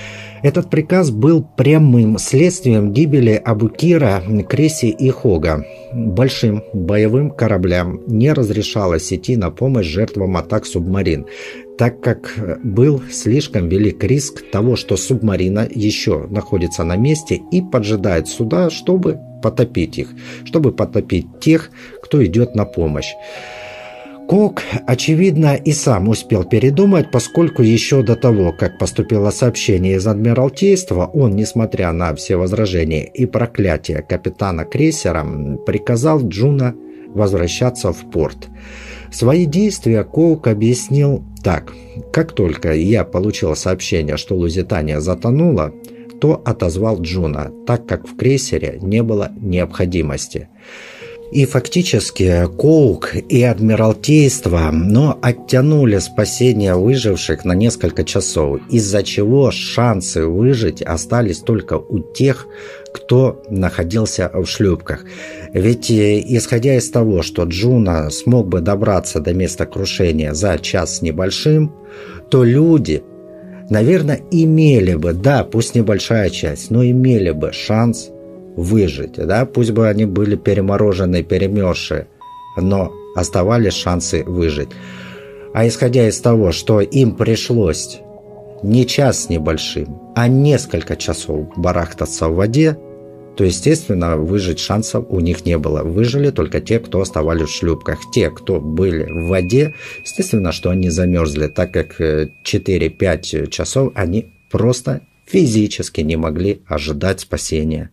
Этот приказ был прямым следствием гибели Абукира, Креси и Хога. Большим боевым кораблям не разрешалось идти на помощь жертвам атак субмарин, так как был слишком велик риск того, что субмарина еще находится на месте и поджидает суда, чтобы потопить их, чтобы потопить тех, кто идет на помощь. Коук, очевидно, и сам успел передумать, поскольку еще до того, как поступило сообщение из Адмиралтейства, он, несмотря на все возражения и проклятия капитана крейсера, приказал Джуна возвращаться в порт. Свои действия Коук объяснил так: «Как только я получил сообщение, что Лузитания затонула, то отозвал Джуна, так как в крейсере не было необходимости». И фактически Коук и Адмиралтейство, но оттянули спасение выживших на несколько часов, из-за чего шансы выжить остались только у тех, кто находился в шлюпках. Ведь исходя из того, что Джуна смог бы добраться до места крушения за час с небольшим, то люди, наверное, имели бы, да, пусть небольшая часть, но имели бы шанс выжить, да, пусть бы они были переморожены, перемерзшие, но оставались шансы выжить. А исходя из того, что им пришлось не час с небольшим, а несколько часов барахтаться в воде, то, естественно, выжить шансов у них не было. Выжили только те, кто оставались в шлюпках. Те, кто были в воде, естественно, что они замерзли, так как четыре-пять часов они просто физически не могли ожидать спасения.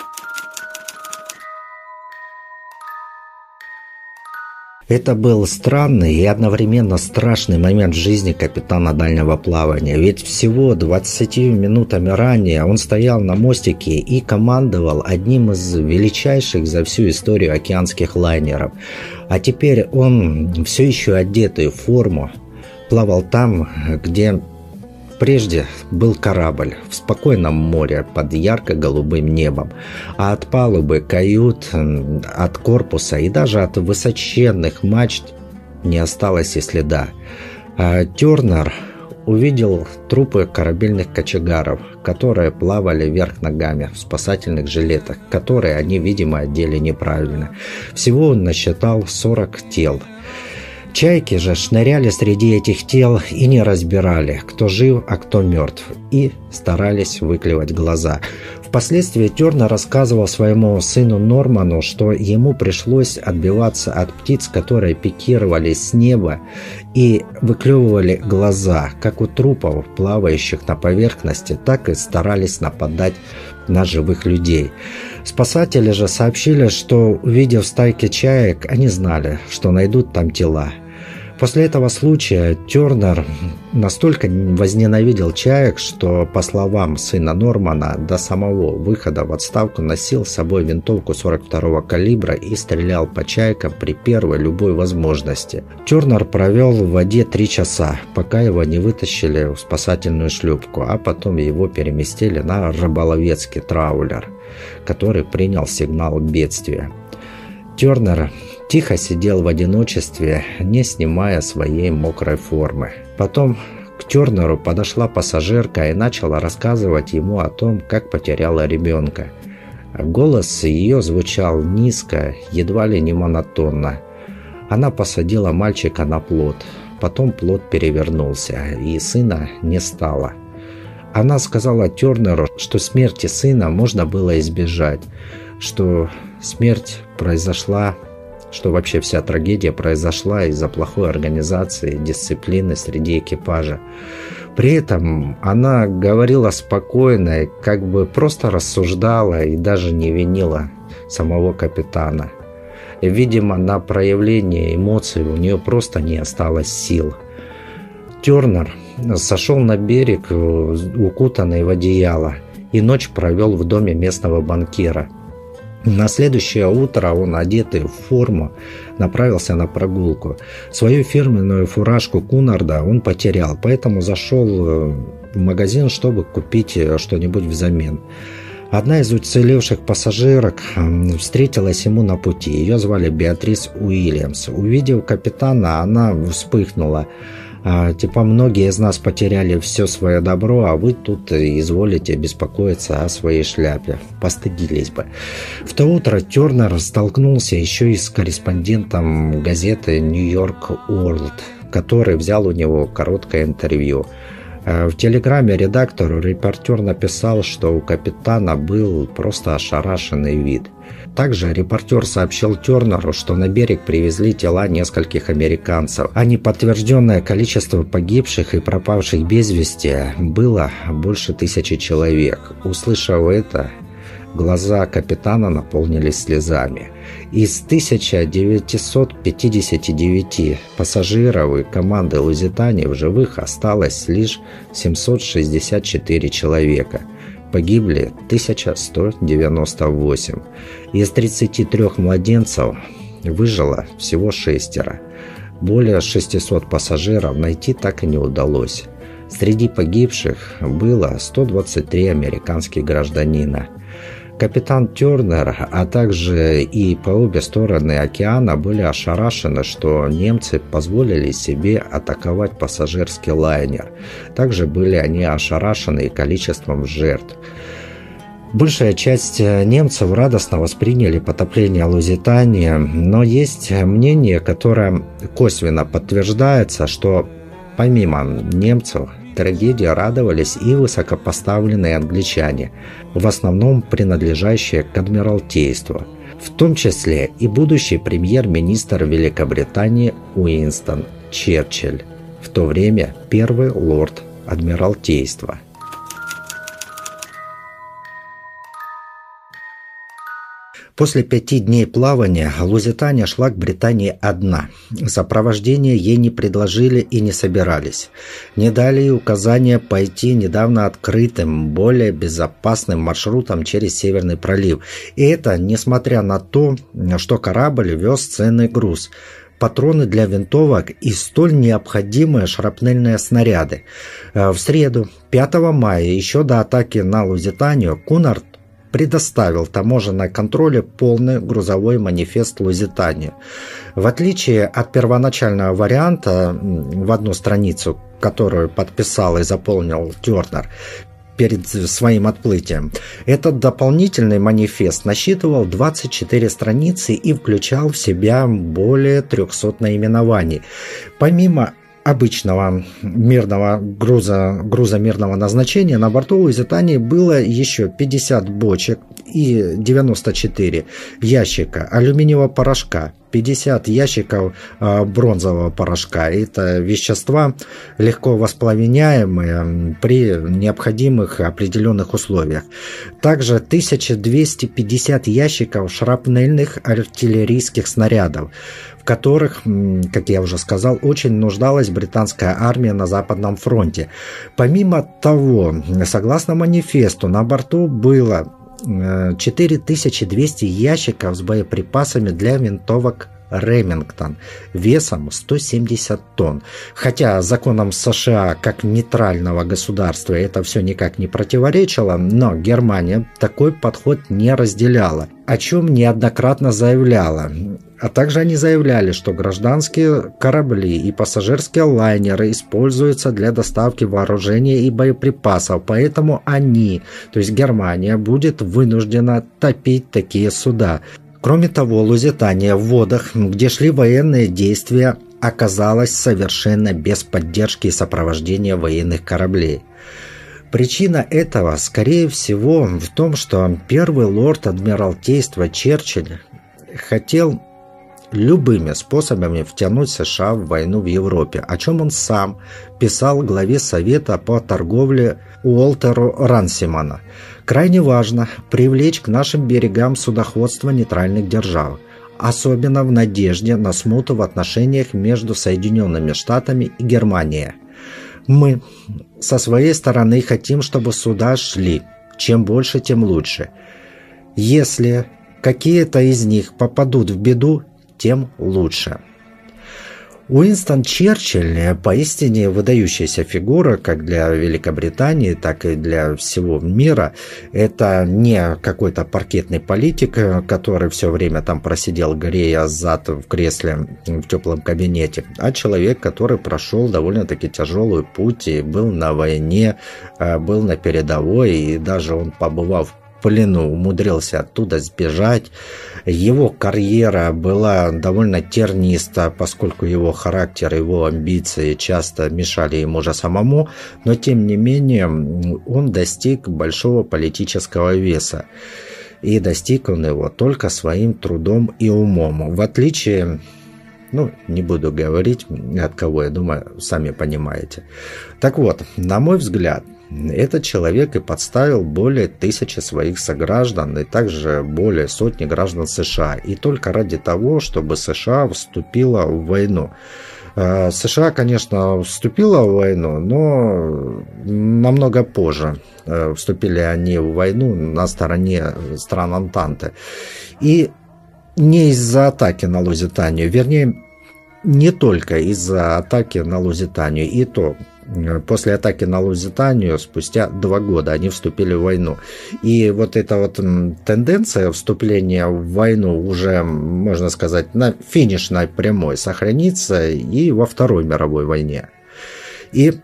Это был странный и одновременно страшный момент в жизни капитана дальнего плавания, ведь всего двадцатью минутами ранее он стоял на мостике и командовал одним из величайших за всю историю океанских лайнеров, а теперь он, все еще одетый в форму, плавал там, где прежде был корабль, в спокойном море под ярко-голубым небом, а от палубы, кают, от корпуса и даже от высоченных мачт не осталось и следа. А Тернер увидел трупы корабельных кочегаров, которые плавали вверх ногами в спасательных жилетах, которые они, видимо, одели неправильно. Всего он насчитал сорок тел. Чайки же шныряли среди этих тел и не разбирали, кто жив, а кто мертв, и старались выклевать глаза. Впоследствии Тернер рассказывал своему сыну Норману, что ему пришлось отбиваться от птиц, которые пикировали с неба и выклевывали глаза, как у трупов, плавающих на поверхности, так и старались нападать на живых людей. Спасатели же сообщили, что, увидев стайки чаек, они знали, что найдут там тела. После этого случая Тернер настолько возненавидел чаек, что, по словам сына Нормана, до самого выхода в отставку носил с собой винтовку сорок второго калибра и стрелял по чайкам при первой любой возможности. Тернер провел в воде три часа, пока его не вытащили в спасательную шлюпку, а потом его переместили на рыболовецкий траулер, который принял сигнал бедствия. Тернер тихо сидел в одиночестве, не снимая своей мокрой формы. Потом к Тернеру подошла пассажирка и начала рассказывать ему о том, как потеряла ребенка. Голос ее звучал низко, едва ли не монотонно. Она посадила мальчика на плот, потом плот перевернулся, и сына не стало. Она сказала Тернеру, что смерти сына можно было избежать, что смерть произошла, что вообще вся трагедия произошла из-за плохой организации, дисциплины среди экипажа. При этом она говорила спокойно, как бы просто рассуждала и даже не винила самого капитана. И, видимо, на проявление эмоций у нее просто не осталось сил. Тернер сошел на берег, укутанный в одеяло, и ночь провел в доме местного банкира. На следующее утро он, одетый в форму, направился на прогулку. Свою фирменную фуражку Кунарда он потерял, поэтому зашел в магазин, чтобы купить что-нибудь взамен. Одна из уцелевших пассажирок встретилась ему на пути. Ее звали Беатрис Уильямс. Увидев капитана, она вспыхнула. А, типа, многие из нас потеряли все свое добро, а вы тут изволите беспокоиться о своей шляпе. Постыдились бы. В то утро Тернер столкнулся еще и с корреспондентом газеты «Нью-Йорк Уорлд», который взял у него короткое интервью. В телеграмме редактору репортер написал, что у капитана был просто ошарашенный вид. Также репортер сообщил Тернеру, что на берег привезли тела нескольких американцев, а неподтвержденное количество погибших и пропавших без вести было больше тысячи человек. Услышав это, глаза капитана наполнились слезами. Из тысячи девятисот пятидесяти девяти пассажиров и команды «Лузитании» в живых осталось лишь семьсот шестьдесят четыре человека. Погибли тысяча сто девяносто восемь. Из тридцати трёх младенцев выжило всего шестеро. Более шестисот пассажиров найти так и не удалось. Среди погибших было сто двадцать три американских гражданина. Капитан Тернер, а также и по обе стороны океана были ошарашены, что немцы позволили себе атаковать пассажирский лайнер. Также были они ошарашены количеством жертв. Большая часть немцев радостно восприняли потопление Лузитании, но есть мнение, которое косвенно подтверждается, что помимо немцев трагедии радовались и высокопоставленные англичане, в основном принадлежащие к Адмиралтейству, в том числе и будущий премьер-министр Великобритании Уинстон Черчилль, в то время первый лорд Адмиралтейства. После пяти дней плавания Лузитания шла к Британии одна. Сопровождение ей не предложили и не собирались. Не дали ей указания пойти недавно открытым, более безопасным маршрутом через Северный пролив. И это несмотря на то, что корабль вез ценный груз. Патроны для винтовок и столь необходимые шрапнельные снаряды. В среду, пятого мая, еще до атаки на Лузитанию, Кунард предоставил таможенной контроле полный грузовой манифест Лузитании. В отличие от первоначального варианта в одну страницу, которую подписал и заполнил Тернер перед своим отплытием, этот дополнительный манифест насчитывал двадцать четыре страницы и включал в себя более трехсот наименований. Помимо обычного мирного груза, груза мирного назначения, на борту Лузитании было еще пятьдесят бочек и девяносто четыре ящика алюминиевого порошка, пятьдесят ящиков э, бронзового порошка. Это вещества легко воспламеняемые при необходимых определенных условиях. Также тысяча двести пятьдесят ящиков шрапнельных артиллерийских снарядов, в которых, как я уже сказал, очень нуждалась британская армия на Западном фронте. Помимо того, согласно манифесту, на борту было четыре тысячи двести ящиков с боеприпасами для винтовок Ремингтон весом сто семьдесят тонн. Хотя законам США как нейтрального государства это все никак не противоречило, но Германия такой подход не разделяла, о чем неоднократно заявляла. А также они заявляли, что гражданские корабли и пассажирские лайнеры используются для доставки вооружения и боеприпасов, поэтому они, то есть Германия, будет вынуждена топить такие суда. Кроме того, Лузитания в водах, где шли военные действия, оказалась совершенно без поддержки и сопровождения военных кораблей. Причина этого, скорее всего, в том, что первый лорд Адмиралтейства Черчилль хотел любыми способами втянуть США в войну в Европе, о чем он сам писал главе Совета по торговле Уолтеру Рансиману. Крайне важно привлечь к нашим берегам судоходство нейтральных держав, особенно в надежде на смуту в отношениях между Соединенными Штатами и Германией. Мы со своей стороны хотим, чтобы суда шли, чем больше, тем лучше. Если какие-то из них попадут в беду, тем лучше. Уинстон Черчилль поистине выдающаяся фигура как для Великобритании, так и для всего мира. Это не какой-то паркетный политик, который все время там просидел, грея зад в кресле в теплом кабинете, а человек, который прошел довольно-таки тяжелый путь и был на войне, был на передовой, и даже он, побывав в плену, умудрился оттуда сбежать. Его карьера была довольно терниста, поскольку его характер, его амбиции часто мешали ему же самому, но тем не менее он достиг большого политического веса. И достиг он его только своим трудом и умом. В отличие, ну, не буду говорить от кого, я думаю, сами понимаете. Так вот, на мой взгляд, этот человек и подставил более тысячи своих сограждан и также более сотни граждан США. И только ради того, чтобы США вступила в войну. США, конечно, вступила в войну, но намного позже. Вступили они в войну на стороне стран Антанты. И не из-за атаки на Лузитанию, вернее, не только из-за атаки на Лузитанию, и то после атаки на Лузитанию спустя два года они вступили в войну. И вот эта вот тенденция вступления в войну уже, можно сказать, на финишной прямой сохранится и во Второй мировой войне. И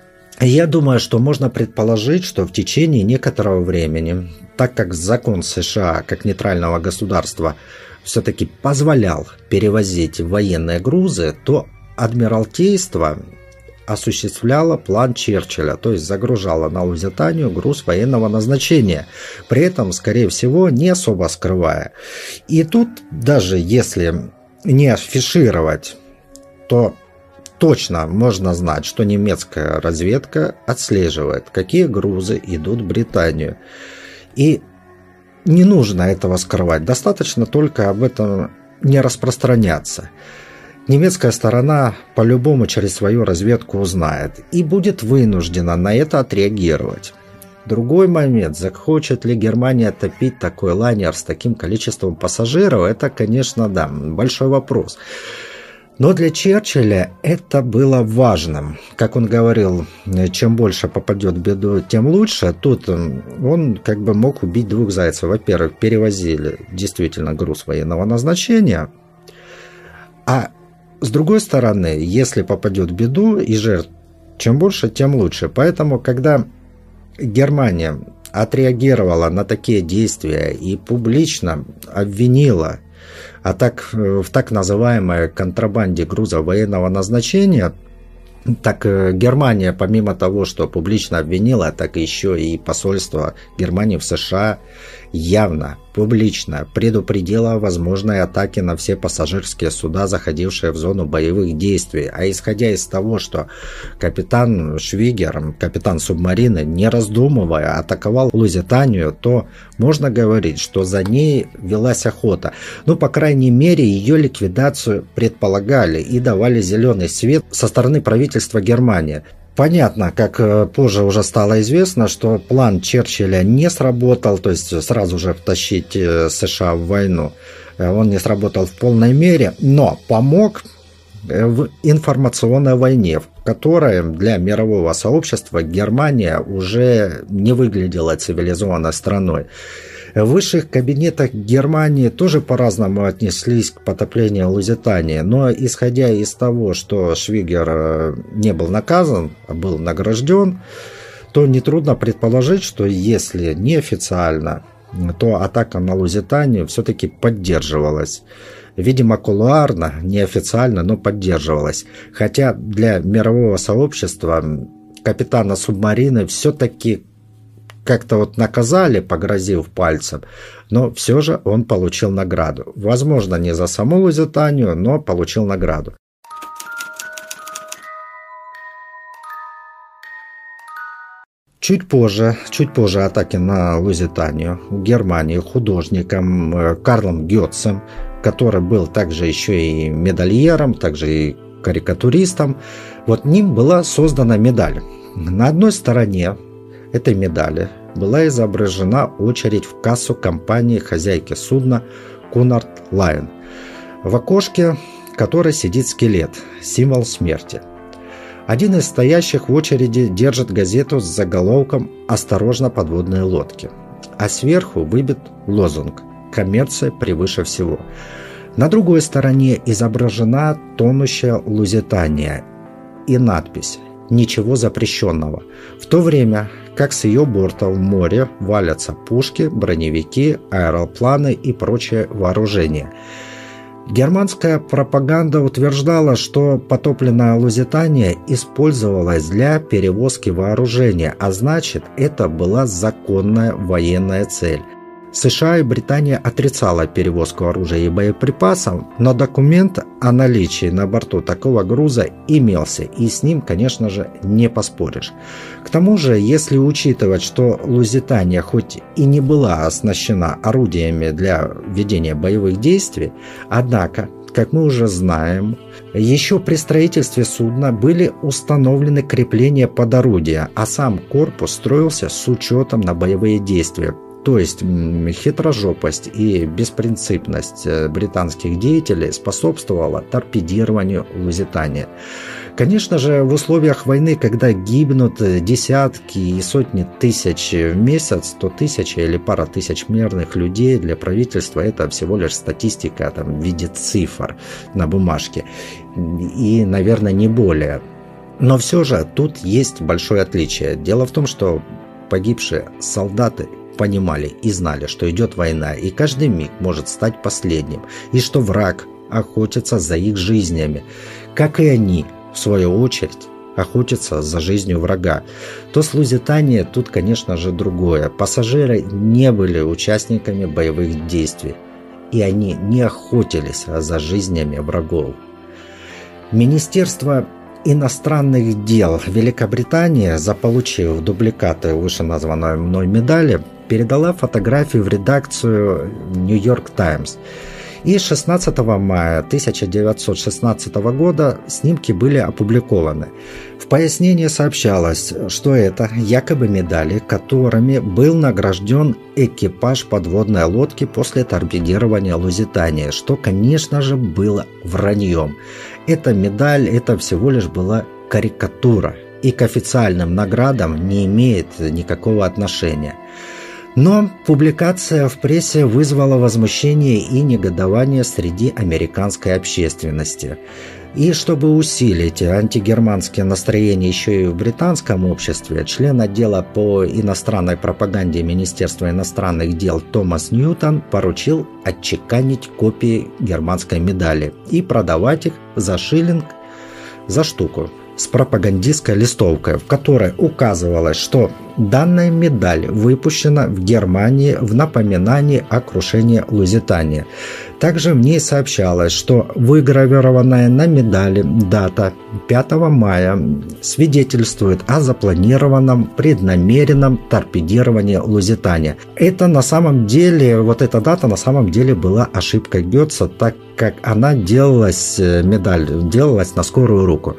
я думаю, что можно предположить, что в течение некоторого времени, так как закон США как нейтрального государства все-таки позволял перевозить военные грузы, то Адмиралтейство осуществляло план Черчилля, то есть загружало на Лузитанию груз военного назначения, при этом, скорее всего, не особо скрывая. И тут, даже если не афишировать, то точно можно знать, что немецкая разведка отслеживает, какие грузы идут в Британию. И не нужно этого скрывать, достаточно только об этом не распространяться. Немецкая сторона по-любому через свою разведку узнает и будет вынуждена на это отреагировать. Другой момент, захочет ли Германия топить такой лайнер с таким количеством пассажиров, это, конечно, да, большой вопрос. Но для Черчилля это было важным. Как он говорил, чем больше попадет в беду, тем лучше. Тут он как бы мог убить двух зайцев. Во-первых, перевозили действительно груз военного назначения, а с другой стороны, если попадет в беду и жертв, чем больше, тем лучше. Поэтому, когда Германия отреагировала на такие действия и публично обвинила а так, в так называемой контрабанде грузов военного назначения, так Германия, помимо того, что публично обвинила, так еще и посольство Германии в США явно, публично предупредило о возможной атаке на все пассажирские суда, заходившие в зону боевых действий. А исходя из того, что капитан Швигер, капитан субмарины, не раздумывая, атаковал Лузитанию, то можно говорить, что за ней велась охота. Ну, по крайней мере, ее ликвидацию предполагали и давали зеленый свет со стороны правительства Германии. Понятно, как позже уже стало известно, что план Черчилля не сработал, то есть сразу же втащить США в войну, он не сработал в полной мере, но помог в информационной войне, в которой для мирового сообщества Германия уже не выглядела цивилизованной страной. В высших кабинетах Германии тоже по-разному отнеслись к потоплению Лузитании, но исходя из того, что Швигер не был наказан, а был награжден, то нетрудно предположить, что если неофициально, то атака на Лузитанию все-таки поддерживалась. Видимо, кулуарно, неофициально, но поддерживалась. Хотя для мирового сообщества капитана субмарины все-таки как-то вот наказали, погрозив пальцем, но все же он получил награду. Возможно, не за саму Лузитанию, но получил награду. Чуть позже, чуть позже атаки на Лузитанию в Германии художником Карлом Гетцем, который был также еще и медальером, также и карикатуристом, вот ним была создана медаль. На одной стороне этой медали была изображена очередь в кассу компании хозяйки судна Cunard Line. В окошке которой сидит скелет, символ смерти. Один из стоящих в очереди держит газету с заголовком «Осторожно, подводные лодки», а сверху выбит лозунг «Коммерция превыше всего». На другой стороне изображена тонущая Лузитания и надпись «Ничего запрещенного», в то время как с ее борта в море валятся пушки, броневики, аэропланы и прочее вооружение. Германская пропаганда утверждала, что потопленная Лузитания использовалась для перевозки вооружения, а значит, это была законная военная цель. США и Британия отрицала перевозку оружия и боеприпасов, но документ о наличии на борту такого груза имелся, и с ним, конечно же, не поспоришь. К тому же, если учитывать, что Лузитания хоть и не была оснащена орудиями для ведения боевых действий, однако, как мы уже знаем, еще при строительстве судна были установлены крепления под орудия, а сам корпус строился с учетом на боевые действия. То есть хитрожопость и беспринципность британских деятелей способствовала торпедированию Лузитании. Конечно же, в условиях войны, когда гибнут десятки и сотни тысяч в месяц, то тысяча или пара тысяч мирных людей для правительства это всего лишь статистика там, в виде цифр на бумажке. И, наверное, не более. Но все же тут есть большое отличие. Дело в том, что погибшие солдаты понимали и знали, что идет война, и каждый миг может стать последним, и что враг охотится за их жизнями, как и они, в свою очередь, охотятся за жизнью врага. То с Лузитанией тут, конечно же, другое. Пассажиры не были участниками боевых действий, и они не охотились за жизнями врагов. Министерство иностранных дел Великобритании, заполучив дубликаты вышеназванной мной медали, передала фотографию в редакцию «Нью-Йорк Таймс». И шестнадцатого мая тысяча девятьсот шестнадцатого года снимки были опубликованы. В пояснении сообщалось, что это якобы медали, которыми был награжден экипаж подводной лодки после торпедирования Лузитании, что, конечно же, было враньем. Эта медаль, это всего лишь была карикатура и к официальным наградам не имеет никакого отношения. Но публикация в прессе вызвала возмущение и негодование среди американской общественности. И чтобы усилить антигерманские настроения еще и в британском обществе, член отдела по иностранной пропаганде Министерства иностранных дел Томас Ньютон поручил отчеканить копии германской медали и продавать их за шиллинг за штуку с пропагандистской листовкой, в которой указывалось, что данная медаль выпущена в Германии в напоминании о крушении Лузитании. Также в ней сообщалось, что выгравированная на медали дата пятого мая свидетельствует о запланированном преднамеренном торпедировании Лузитании. Это на самом деле, вот эта дата на самом деле была ошибкой Гетца, так как она делалась, медаль делалась на скорую руку.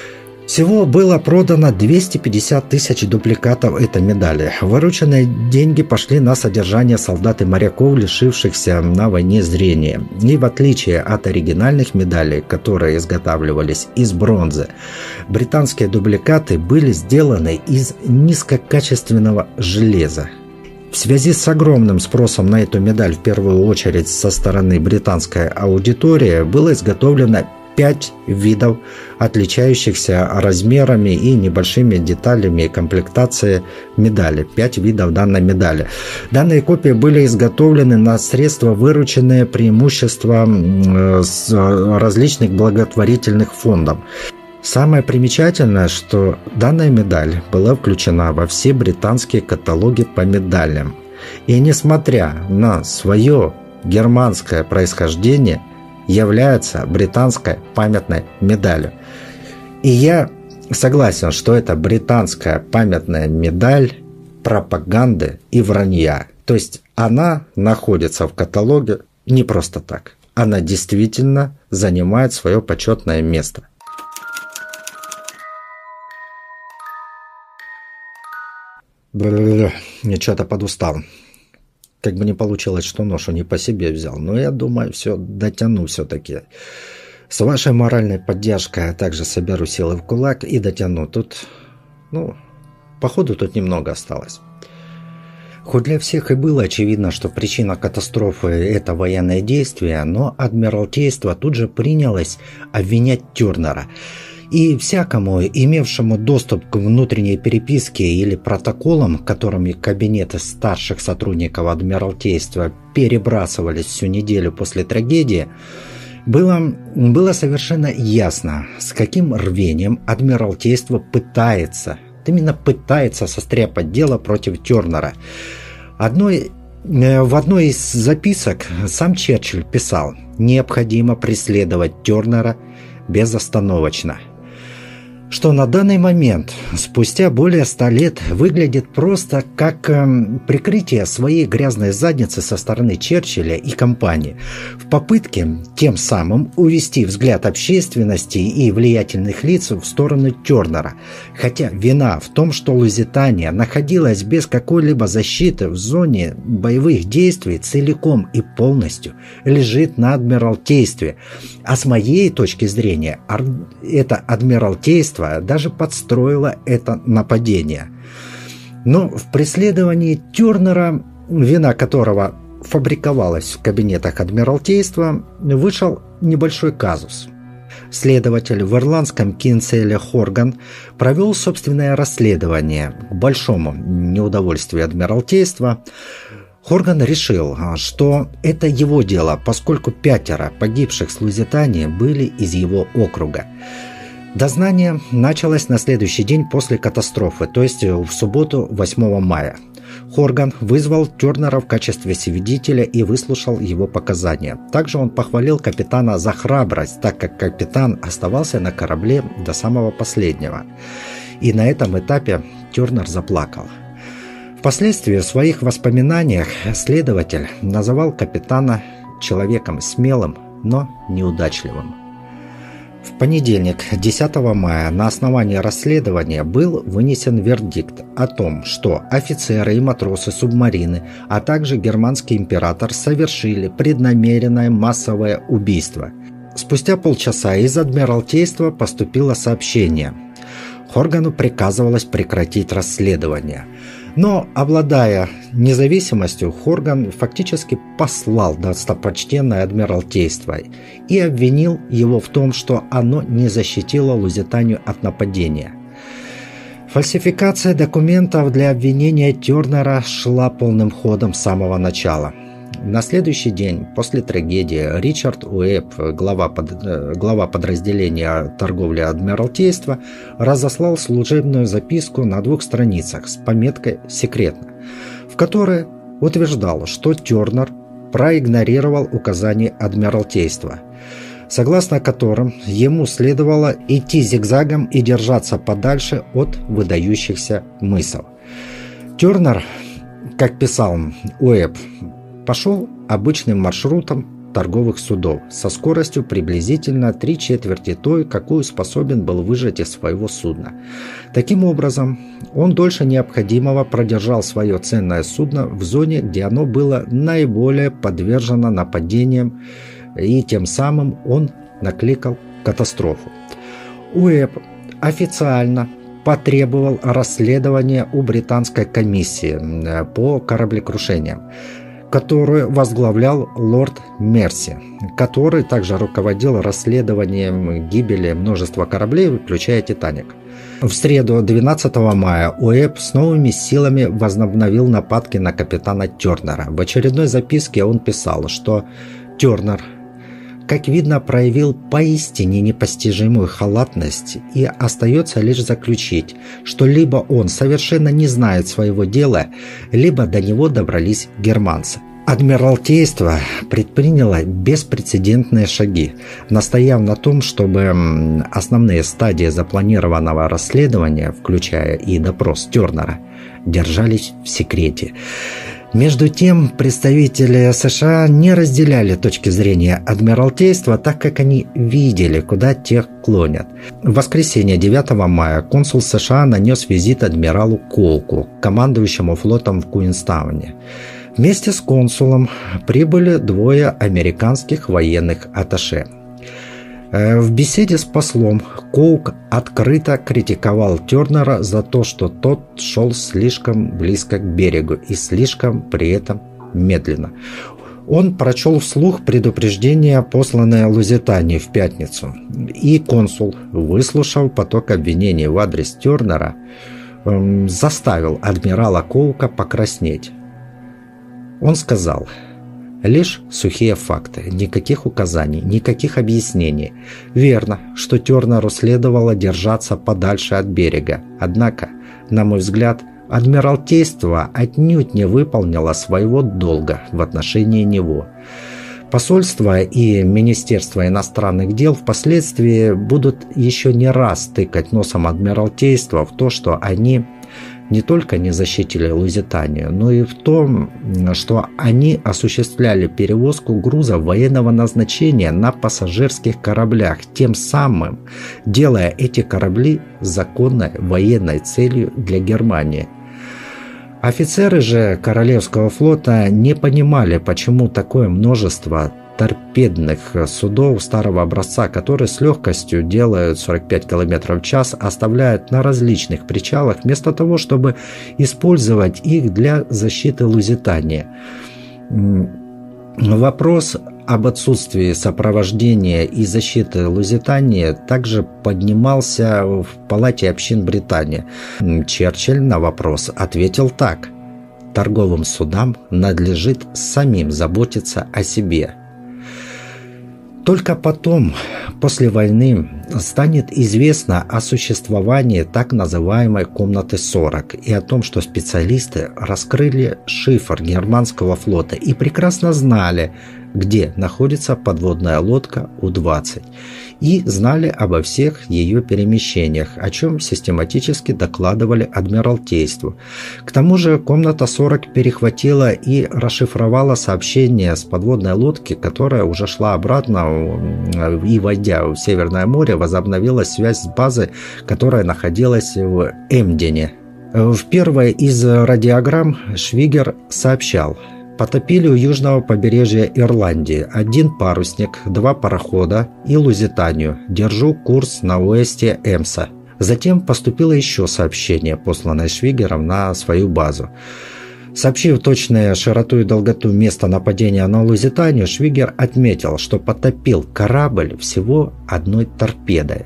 Всего было продано двести пятьдесят тысяч дубликатов этой медали. Вырученные деньги пошли на содержание солдат и моряков, лишившихся на войне зрения. И в отличие от оригинальных медалей, которые изготавливались из бронзы, британские дубликаты были сделаны из низкокачественного железа. В связи с огромным спросом на эту медаль, в первую очередь со стороны британской аудитории, было изготовлено пять видов, отличающихся размерами и небольшими деталями комплектации медали. Пять видов данной медали. Данные копии были изготовлены на средства, вырученные преимущественно с различных благотворительных фондов. Самое примечательное, что данная медаль была включена во все британские каталоги по медалям. И несмотря на свое германское происхождение, является британской памятной медалью. И я согласен, что это британская памятная медаль пропаганды и вранья. То есть она находится в каталоге не просто так. Она действительно занимает свое почетное место. Я что-то подустал. Как бы не получилось, что ношу не по себе взял. Но я думаю, все дотяну все-таки. С вашей моральной поддержкой я также соберу силы в кулак и дотяну. Тут, ну, походу тут немного осталось. Хоть для всех и было очевидно, что причина катастрофы – это военное действие, но Адмиралтейство тут же принялось обвинять Тернера. И всякому, имевшему доступ к внутренней переписке или протоколам, которыми кабинеты старших сотрудников Адмиралтейства перебрасывались всю неделю после трагедии, было, было совершенно ясно, с каким рвением Адмиралтейство пытается, именно пытается состряпать дело против Тернера. Одной, в одной из записок сам Черчилль писал: «Необходимо преследовать Тернера безостановочно». Что на данный момент, спустя более ста лет, выглядит просто как э, прикрытие своей грязной задницы со стороны Черчилля и компании в попытке тем самым увести взгляд общественности и влиятельных лиц в сторону Тернера. Хотя вина в том, что Лузитания находилась без какой-либо защиты в зоне боевых действий, целиком и полностью лежит на Адмиралтействе. А с моей точки зрения, это Адмиралтейство даже подстроило это нападение. Но в преследовании Тернера, вина которого фабриковалась в кабинетах Адмиралтейства, вышел небольшой казус. Следователь в ирландском Кинселе Хорган провел собственное расследование к большому неудовольствию Адмиралтейства. Хорган решил, что это его дело, поскольку пятеро погибших с Лузитании были из его округа. Дознание началось на следующий день после катастрофы, то есть в субботу, восьмого мая. Хорган вызвал Тернера в качестве свидетеля и выслушал его показания. Также он похвалил капитана за храбрость, так как капитан оставался на корабле до самого последнего. И на этом этапе Тернер заплакал. Впоследствии в своих воспоминаниях следователь называл капитана человеком смелым, но неудачливым. В понедельник, десятого мая, на основании расследования был вынесен вердикт о том, что офицеры и матросы субмарины, а также германский император совершили преднамеренное массовое убийство. Спустя полчаса из Адмиралтейства поступило сообщение. Хоргану приказывалось прекратить расследование. Но, обладая независимостью, Хорган фактически послал достопочтенное Адмиралтейство и обвинил его в том, что оно не защитило Лузитанию от нападения. Фальсификация документов для обвинения Тернера шла полным ходом с самого начала. На следующий день после трагедии Ричард Уэбб, глава, под, глава подразделения торговли Адмиралтейства, разослал служебную записку на двух страницах с пометкой «Секретно», в которой утверждал, что Тернер проигнорировал указания Адмиралтейства, согласно которым ему следовало идти зигзагом и держаться подальше от выдающихся мысов. Тернер, как писал Уэбб, пошел обычным маршрутом торговых судов со скоростью приблизительно три четверти той, какую способен был выжать из своего судна. Таким образом, он дольше необходимого продержал свое ценное судно в зоне, где оно было наиболее подвержено нападениям, и тем самым он накликал катастрофу. Уэбб официально потребовал расследования у британской комиссии по кораблекрушениям, которую возглавлял лорд Мерси, который также руководил расследованием гибели множества кораблей, включая «Титаник». В среду, двенадцатого мая, Уэбб с новыми силами возобновил нападки на капитана Тернера. В очередной записке он писал, что Тернер, как видно, проявил поистине непостижимую халатность, и остается лишь заключить, что либо он совершенно не знает своего дела, либо до него добрались германцы. Адмиралтейство предприняло беспрецедентные шаги, настояв на том, чтобы основные стадии запланированного расследования, включая и допрос Тернера, держались в секрете. Между тем, представители США не разделяли точки зрения Адмиралтейства, так как они видели, куда те клонят. В воскресенье девятого мая консул США нанес визит адмиралу Колку, командующему флотом в Куинстауне. Вместе с консулом прибыли двое американских военных атташе. В беседе с послом Коук открыто критиковал Тернера за то, что тот шел слишком близко к берегу и слишком при этом медленно. Он прочел вслух предупреждение, посланное Лузитании в пятницу, и консул, выслушав поток обвинений в адрес Тернера, эм, заставил адмирала Коука покраснеть. Он сказал: «Лишь сухие факты, никаких указаний, никаких объяснений. Верно, что Тернеру следовало держаться подальше от берега, однако, на мой взгляд, Адмиралтейство отнюдь не выполнило своего долга в отношении него. Посольство и Министерство иностранных дел впоследствии будут еще не раз тыкать носом Адмиралтейства в то, что они не только не защитили Лузитанию, но и в том, что они осуществляли перевозку грузов военного назначения на пассажирских кораблях, тем самым делая эти корабли законной военной целью для Германии. Офицеры же Королевского флота не понимали, почему такое множество торпедных судов старого образца, которые с легкостью делают сорок пять километров в час, оставляют на различных причалах, вместо того, чтобы использовать их для защиты Лузитании. Вопрос об отсутствии сопровождения и защиты Лузитании также поднимался в Палате общин Британии. Черчилль на вопрос ответил так: «Торговым судам надлежит самим заботиться о себе». Только потом, после войны, станет известно о существовании так называемой «комнаты сорок» и о том, что специалисты раскрыли шифр германского флота и прекрасно знали, где находится подводная лодка У двадцать, и знали обо всех ее перемещениях, о чем систематически докладывали Адмиралтейству. К тому же комната сорок перехватила и расшифровала сообщение с подводной лодки, которая уже шла обратно и, войдя в Северное море, возобновила связь с базой, которая находилась в Эмдене. В первой из радиограмм Швигер сообщал: «Потопили у южного побережья Ирландии один парусник, два парохода и Лузитанию. Держу курс на уэсте Эмса». Затем поступило еще сообщение, посланное Швигером на свою базу. Сообщив точную широту и долготу места нападения на Лузитанию, Швигер отметил, что потопил корабль всего одной торпедой.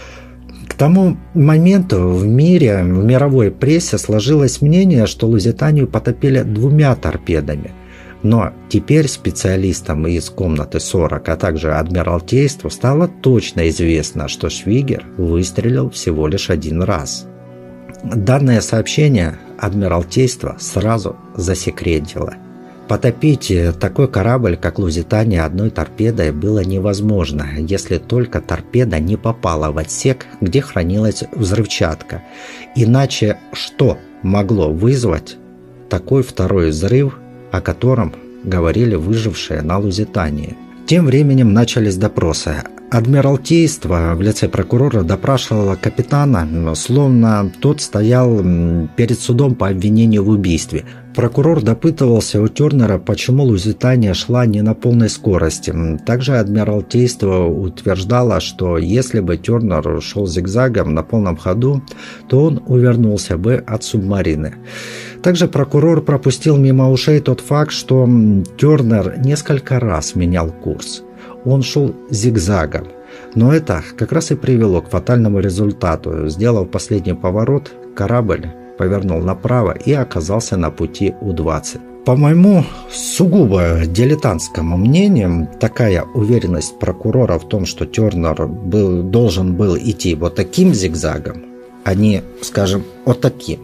К тому моменту в мире, в мировой прессе сложилось мнение, что Лузитанию потопили двумя торпедами. Но теперь специалистам из комнаты сорок, а также Адмиралтейству стало точно известно, что Швигер выстрелил всего лишь один раз. Данное сообщение Адмиралтейство сразу засекретило. Потопить такой корабль, как Лузитания, одной торпедой было невозможно, если только торпеда не попала в отсек, где хранилась взрывчатка. Иначе что могло вызвать такой второй взрыв, о котором говорили выжившие на Лузитании? Тем временем начались допросы. Адмиралтейство в лице прокурора допрашивало капитана, словно тот стоял перед судом по обвинению в убийстве. Прокурор допытывался у Тернера, почему Лузитания шла не на полной скорости. Также Адмиралтейство утверждало, что если бы Тернер шел зигзагом на полном ходу, то он увернулся бы от субмарины. Также прокурор пропустил мимо ушей тот факт, что Тернер несколько раз менял курс. Он шел зигзагом, но это как раз и привело к фатальному результату. Сделав последний поворот, корабль повернул направо и оказался на пути У двадцать. По моему сугубо дилетантскому мнению, такая уверенность прокурора в том, что Тернер был, должен был идти вот таким зигзагом, а не, скажем, вот таким,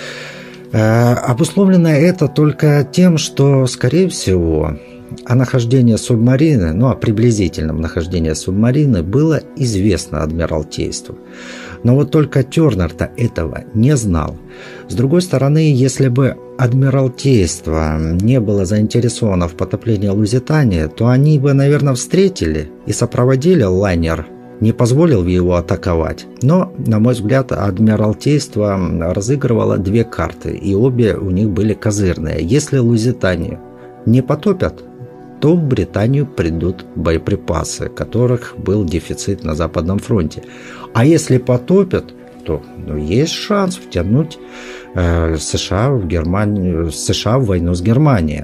э, обусловлено это только тем, что, скорее всего, о нахождении субмарины, ну, о приблизительном нахождении субмарины было известно Адмиралтейству. Но вот только Тернер-то этого не знал. С другой стороны, если бы Адмиралтейство не было заинтересовано в потоплении Лузитании, то они бы, наверное, встретили и сопроводили лайнер, не позволил его атаковать. Но, на мой взгляд, Адмиралтейство разыгрывало две карты, и обе у них были козырные. Если Лузитанию не потопят, то в Британию придут боеприпасы, которых был дефицит на Западном фронте. А если потопят, то ну, есть шанс втянуть э, США, в Германию, США в войну с Германией.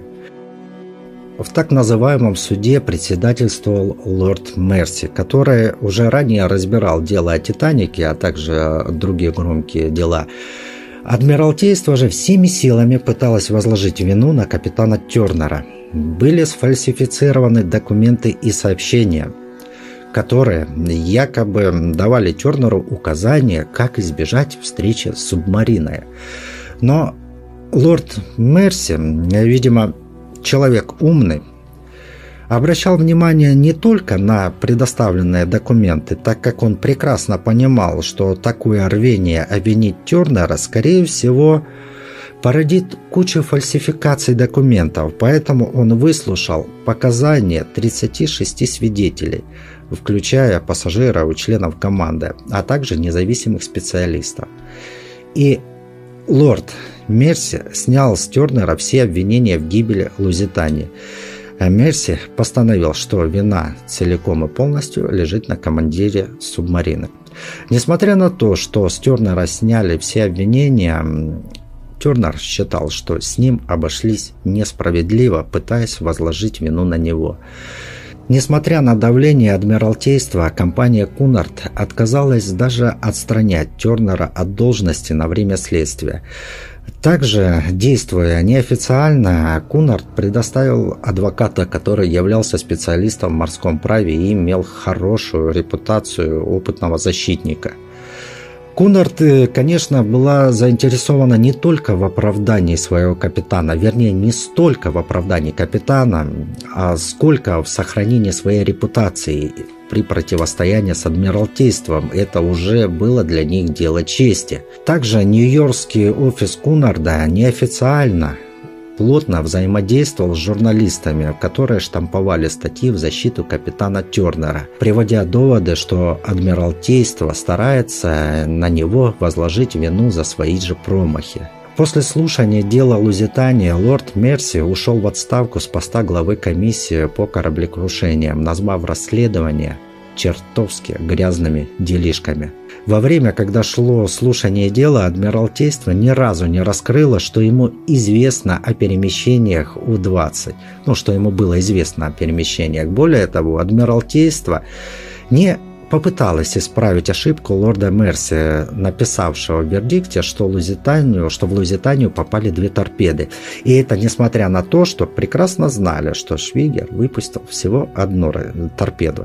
В так называемом суде председательствовал лорд Мерси, который уже ранее разбирал дело о «Титанике», а также другие громкие дела. Адмиралтейство же всеми силами пыталось возложить вину на капитана Тернера. Были сфальсифицированы документы и сообщения, которые якобы давали Тернеру указания, как избежать встречи с субмариной. Но лорд Мерси, видимо, человек умный, обращал внимание не только на предоставленные документы, так как он прекрасно понимал, что такое рвение обвинить Тернера, скорее всего, породит кучу фальсификаций документов, поэтому он выслушал показания тридцати шести свидетелей, включая пассажиров и членов команды, а также независимых специалистов. И лорд Мерси снял с Тернера все обвинения в гибели Лузитании. Мерси постановил, что вина целиком и полностью лежит на командире субмарины. Несмотря на то, что с Тернера сняли все обвинения, Тернер считал, что с ним обошлись несправедливо, пытаясь возложить вину на него. Несмотря на давление Адмиралтейства, компания Кунард отказалась даже отстранять Тернера от должности на время следствия. Также, действуя неофициально, Кунард предоставил адвоката, который являлся специалистом в морском праве и имел хорошую репутацию опытного защитника. Кунард, конечно, была заинтересована не только в оправдании своего капитана, вернее, не столько в оправдании капитана, а сколько в сохранении своей репутации при противостоянии с Адмиралтейством. Это уже было для них дело чести. Также нью-йоркский офис Кунарда неофициально плотно взаимодействовал с журналистами, которые штамповали статьи в защиту капитана Тернера, приводя доводы, что Адмиралтейство старается на него возложить вину за свои же промахи. После слушания дела Лузитании лорд Мерси ушел в отставку с поста главы комиссии по кораблекрушениям, назвав расследование чертовски грязными делишками. Во время, когда шло слушание дела, Адмиралтейство ни разу не раскрыло, что ему известно о перемещениях У двадцать. Ну, что ему было известно о перемещениях. Более того, Адмиралтейство не попыталось исправить ошибку лорда Мерси, написавшего в вердикте, что, Лузитанию, что в Лузитанию попали две торпеды. И это несмотря на то, что прекрасно знали, что Швигер выпустил всего одну торпеду.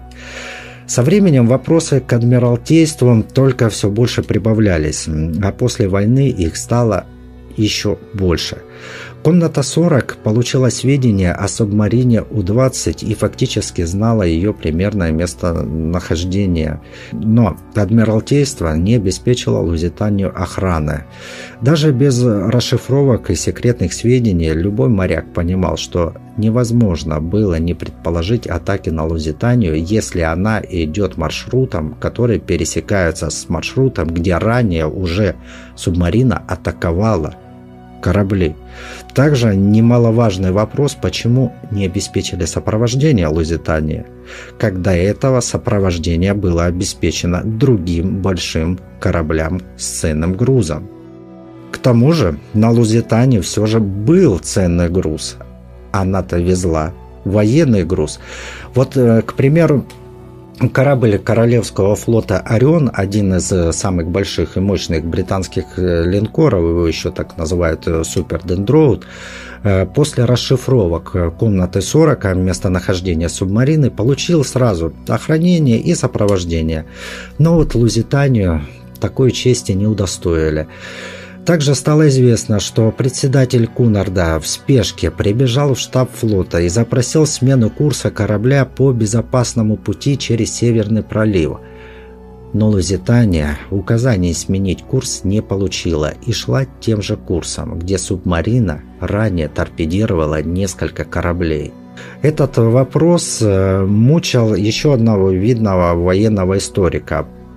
Со временем вопросы к Адмиралтейству только все больше прибавлялись, а после войны их стало еще больше. Комната сорок получила сведения о субмарине У двадцать и фактически знала ее примерное местонахождение. Но Адмиралтейство не обеспечило Лузитанию охраны. Даже без расшифровок и секретных сведений любой моряк понимал, что невозможно было не предположить атаки на Лузитанию, если она идет маршрутом, который пересекается с маршрутом, где ранее уже субмарина атаковала корабли. Также немаловажный вопрос, почему не обеспечили сопровождение Лузитании, когда этого сопровождение было обеспечено другим большим кораблям с ценным грузом. К тому же на Лузитании все же был ценный груз. Она-то везла военный груз. Вот, к примеру, корабль Королевского флота «Орион», один из самых больших и мощных британских линкоров, его еще так называют «Супер Дендроут», после расшифровок комнаты сорок местонахождения субмарины получил сразу охранение и сопровождение. Но вот Лузитанию такой чести не удостоили. Также стало известно, что председатель Кунарда в спешке прибежал в штаб флота и запросил смену курса корабля по безопасному пути через Северный пролив. Но Лузитания указаний сменить курс не получила и шла тем же курсом, где субмарина ранее торпедировала несколько кораблей. Этот вопрос мучил еще одного видного военного историка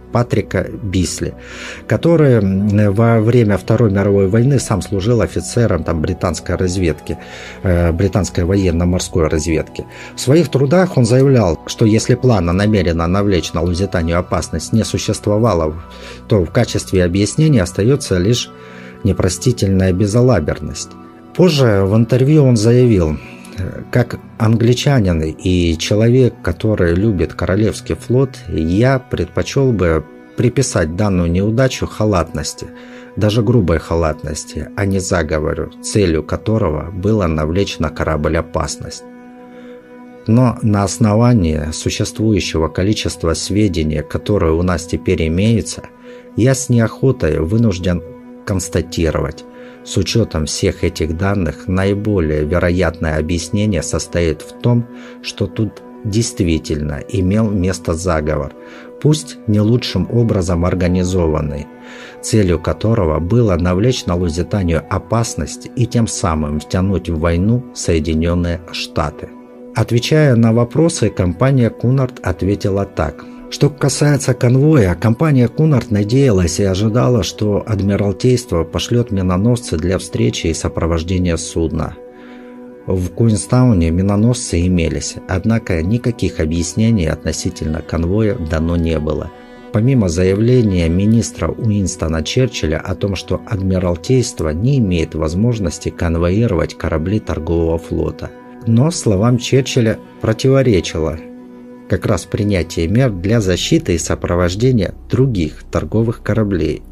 Патрика Бисли, который во время Второй мировой войны сам служил офицером там, британской разведки, э, британской военно-морской разведки. В своих трудах он заявлял, что если плана намеренно навлечь на Лузитанию опасность не существовало, то в качестве объяснения остается лишь непростительная безалаберность. Позже в интервью он заявил: как англичанин и человек, который любит Королевский флот, я предпочел бы приписать данную неудачу халатности, даже грубой халатности, а не заговору, целью которого было навлечь на корабль опасность. Но на основании существующего количества сведений, которые у нас теперь имеются, я с неохотой вынужден констатировать: с учетом всех этих данных, наиболее вероятное объяснение состоит в том, что тут действительно имел место заговор, пусть не лучшим образом организованный, целью которого было навлечь на Лузитанию опасность и тем самым втянуть в войну Соединенные Штаты. Отвечая на вопросы, компания Кунард ответила так. Что касается конвоя, компания Кунард надеялась и ожидала, что Адмиралтейство пошлет миноносцы для встречи и сопровождения судна. В Куинстауне миноносцы имелись, однако никаких объяснений относительно конвоя дано не было. Помимо заявления министра Уинстона Черчилля о том, что Адмиралтейство не имеет возможности конвоировать корабли торгового флота. Но словам Черчилля противоречило как раз принятие мер для защиты и сопровождения других торговых кораблей.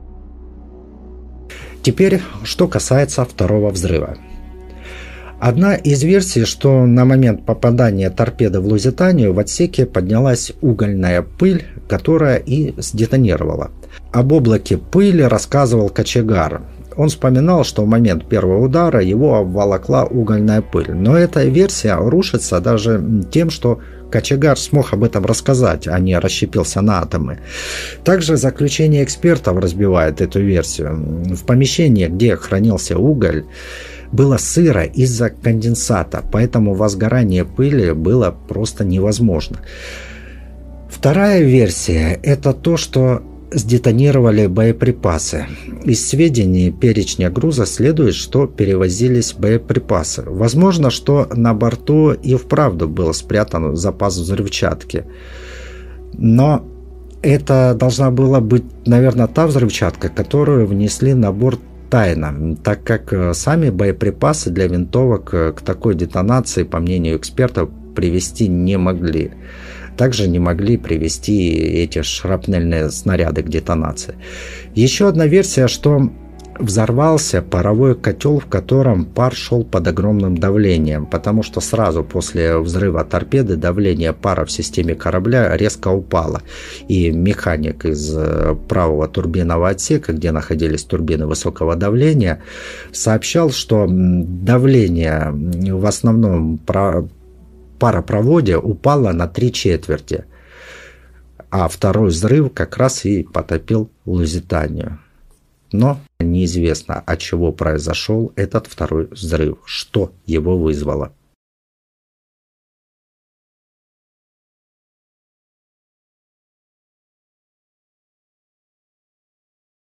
Теперь, что касается второго взрыва. Одна из версий, что на момент попадания торпеды в Лузитанию в отсеке поднялась угольная пыль, которая и сдетонировала. Об облаке пыли рассказывал кочегар. Он вспоминал, что в момент первого удара его обволокла угольная пыль. Но эта версия рушится даже тем, что кочегар смог об этом рассказать, а не расщепился на атомы. Также заключение экспертов разбивает эту версию. В помещении, где хранился уголь, было сыро из-за конденсата, поэтому возгорание пыли было просто невозможно. Вторая версия – это то, что сдетонировали боеприпасы. Из сведений перечня груза следует, что перевозились боеприпасы. Возможно, что на борту и вправду был спрятан запас взрывчатки. Но это должна была быть, наверное, та взрывчатка, которую внесли на борт тайно, так как сами боеприпасы для винтовок к такой детонации, по мнению экспертов, привести не могли. Также не могли привести эти шрапнельные снаряды к детонации. Еще одна версия, что взорвался паровой котел, в котором пар шел под огромным давлением, потому что сразу после взрыва торпеды давление пара в системе корабля резко упало, и механик из правого турбинного отсека, где находились турбины высокого давления, сообщал, что давление в основном про паропроводе упала на три четверти, а второй взрыв как раз и потопил Лузитанию. Но неизвестно, от чего произошел этот второй взрыв, что его вызвало.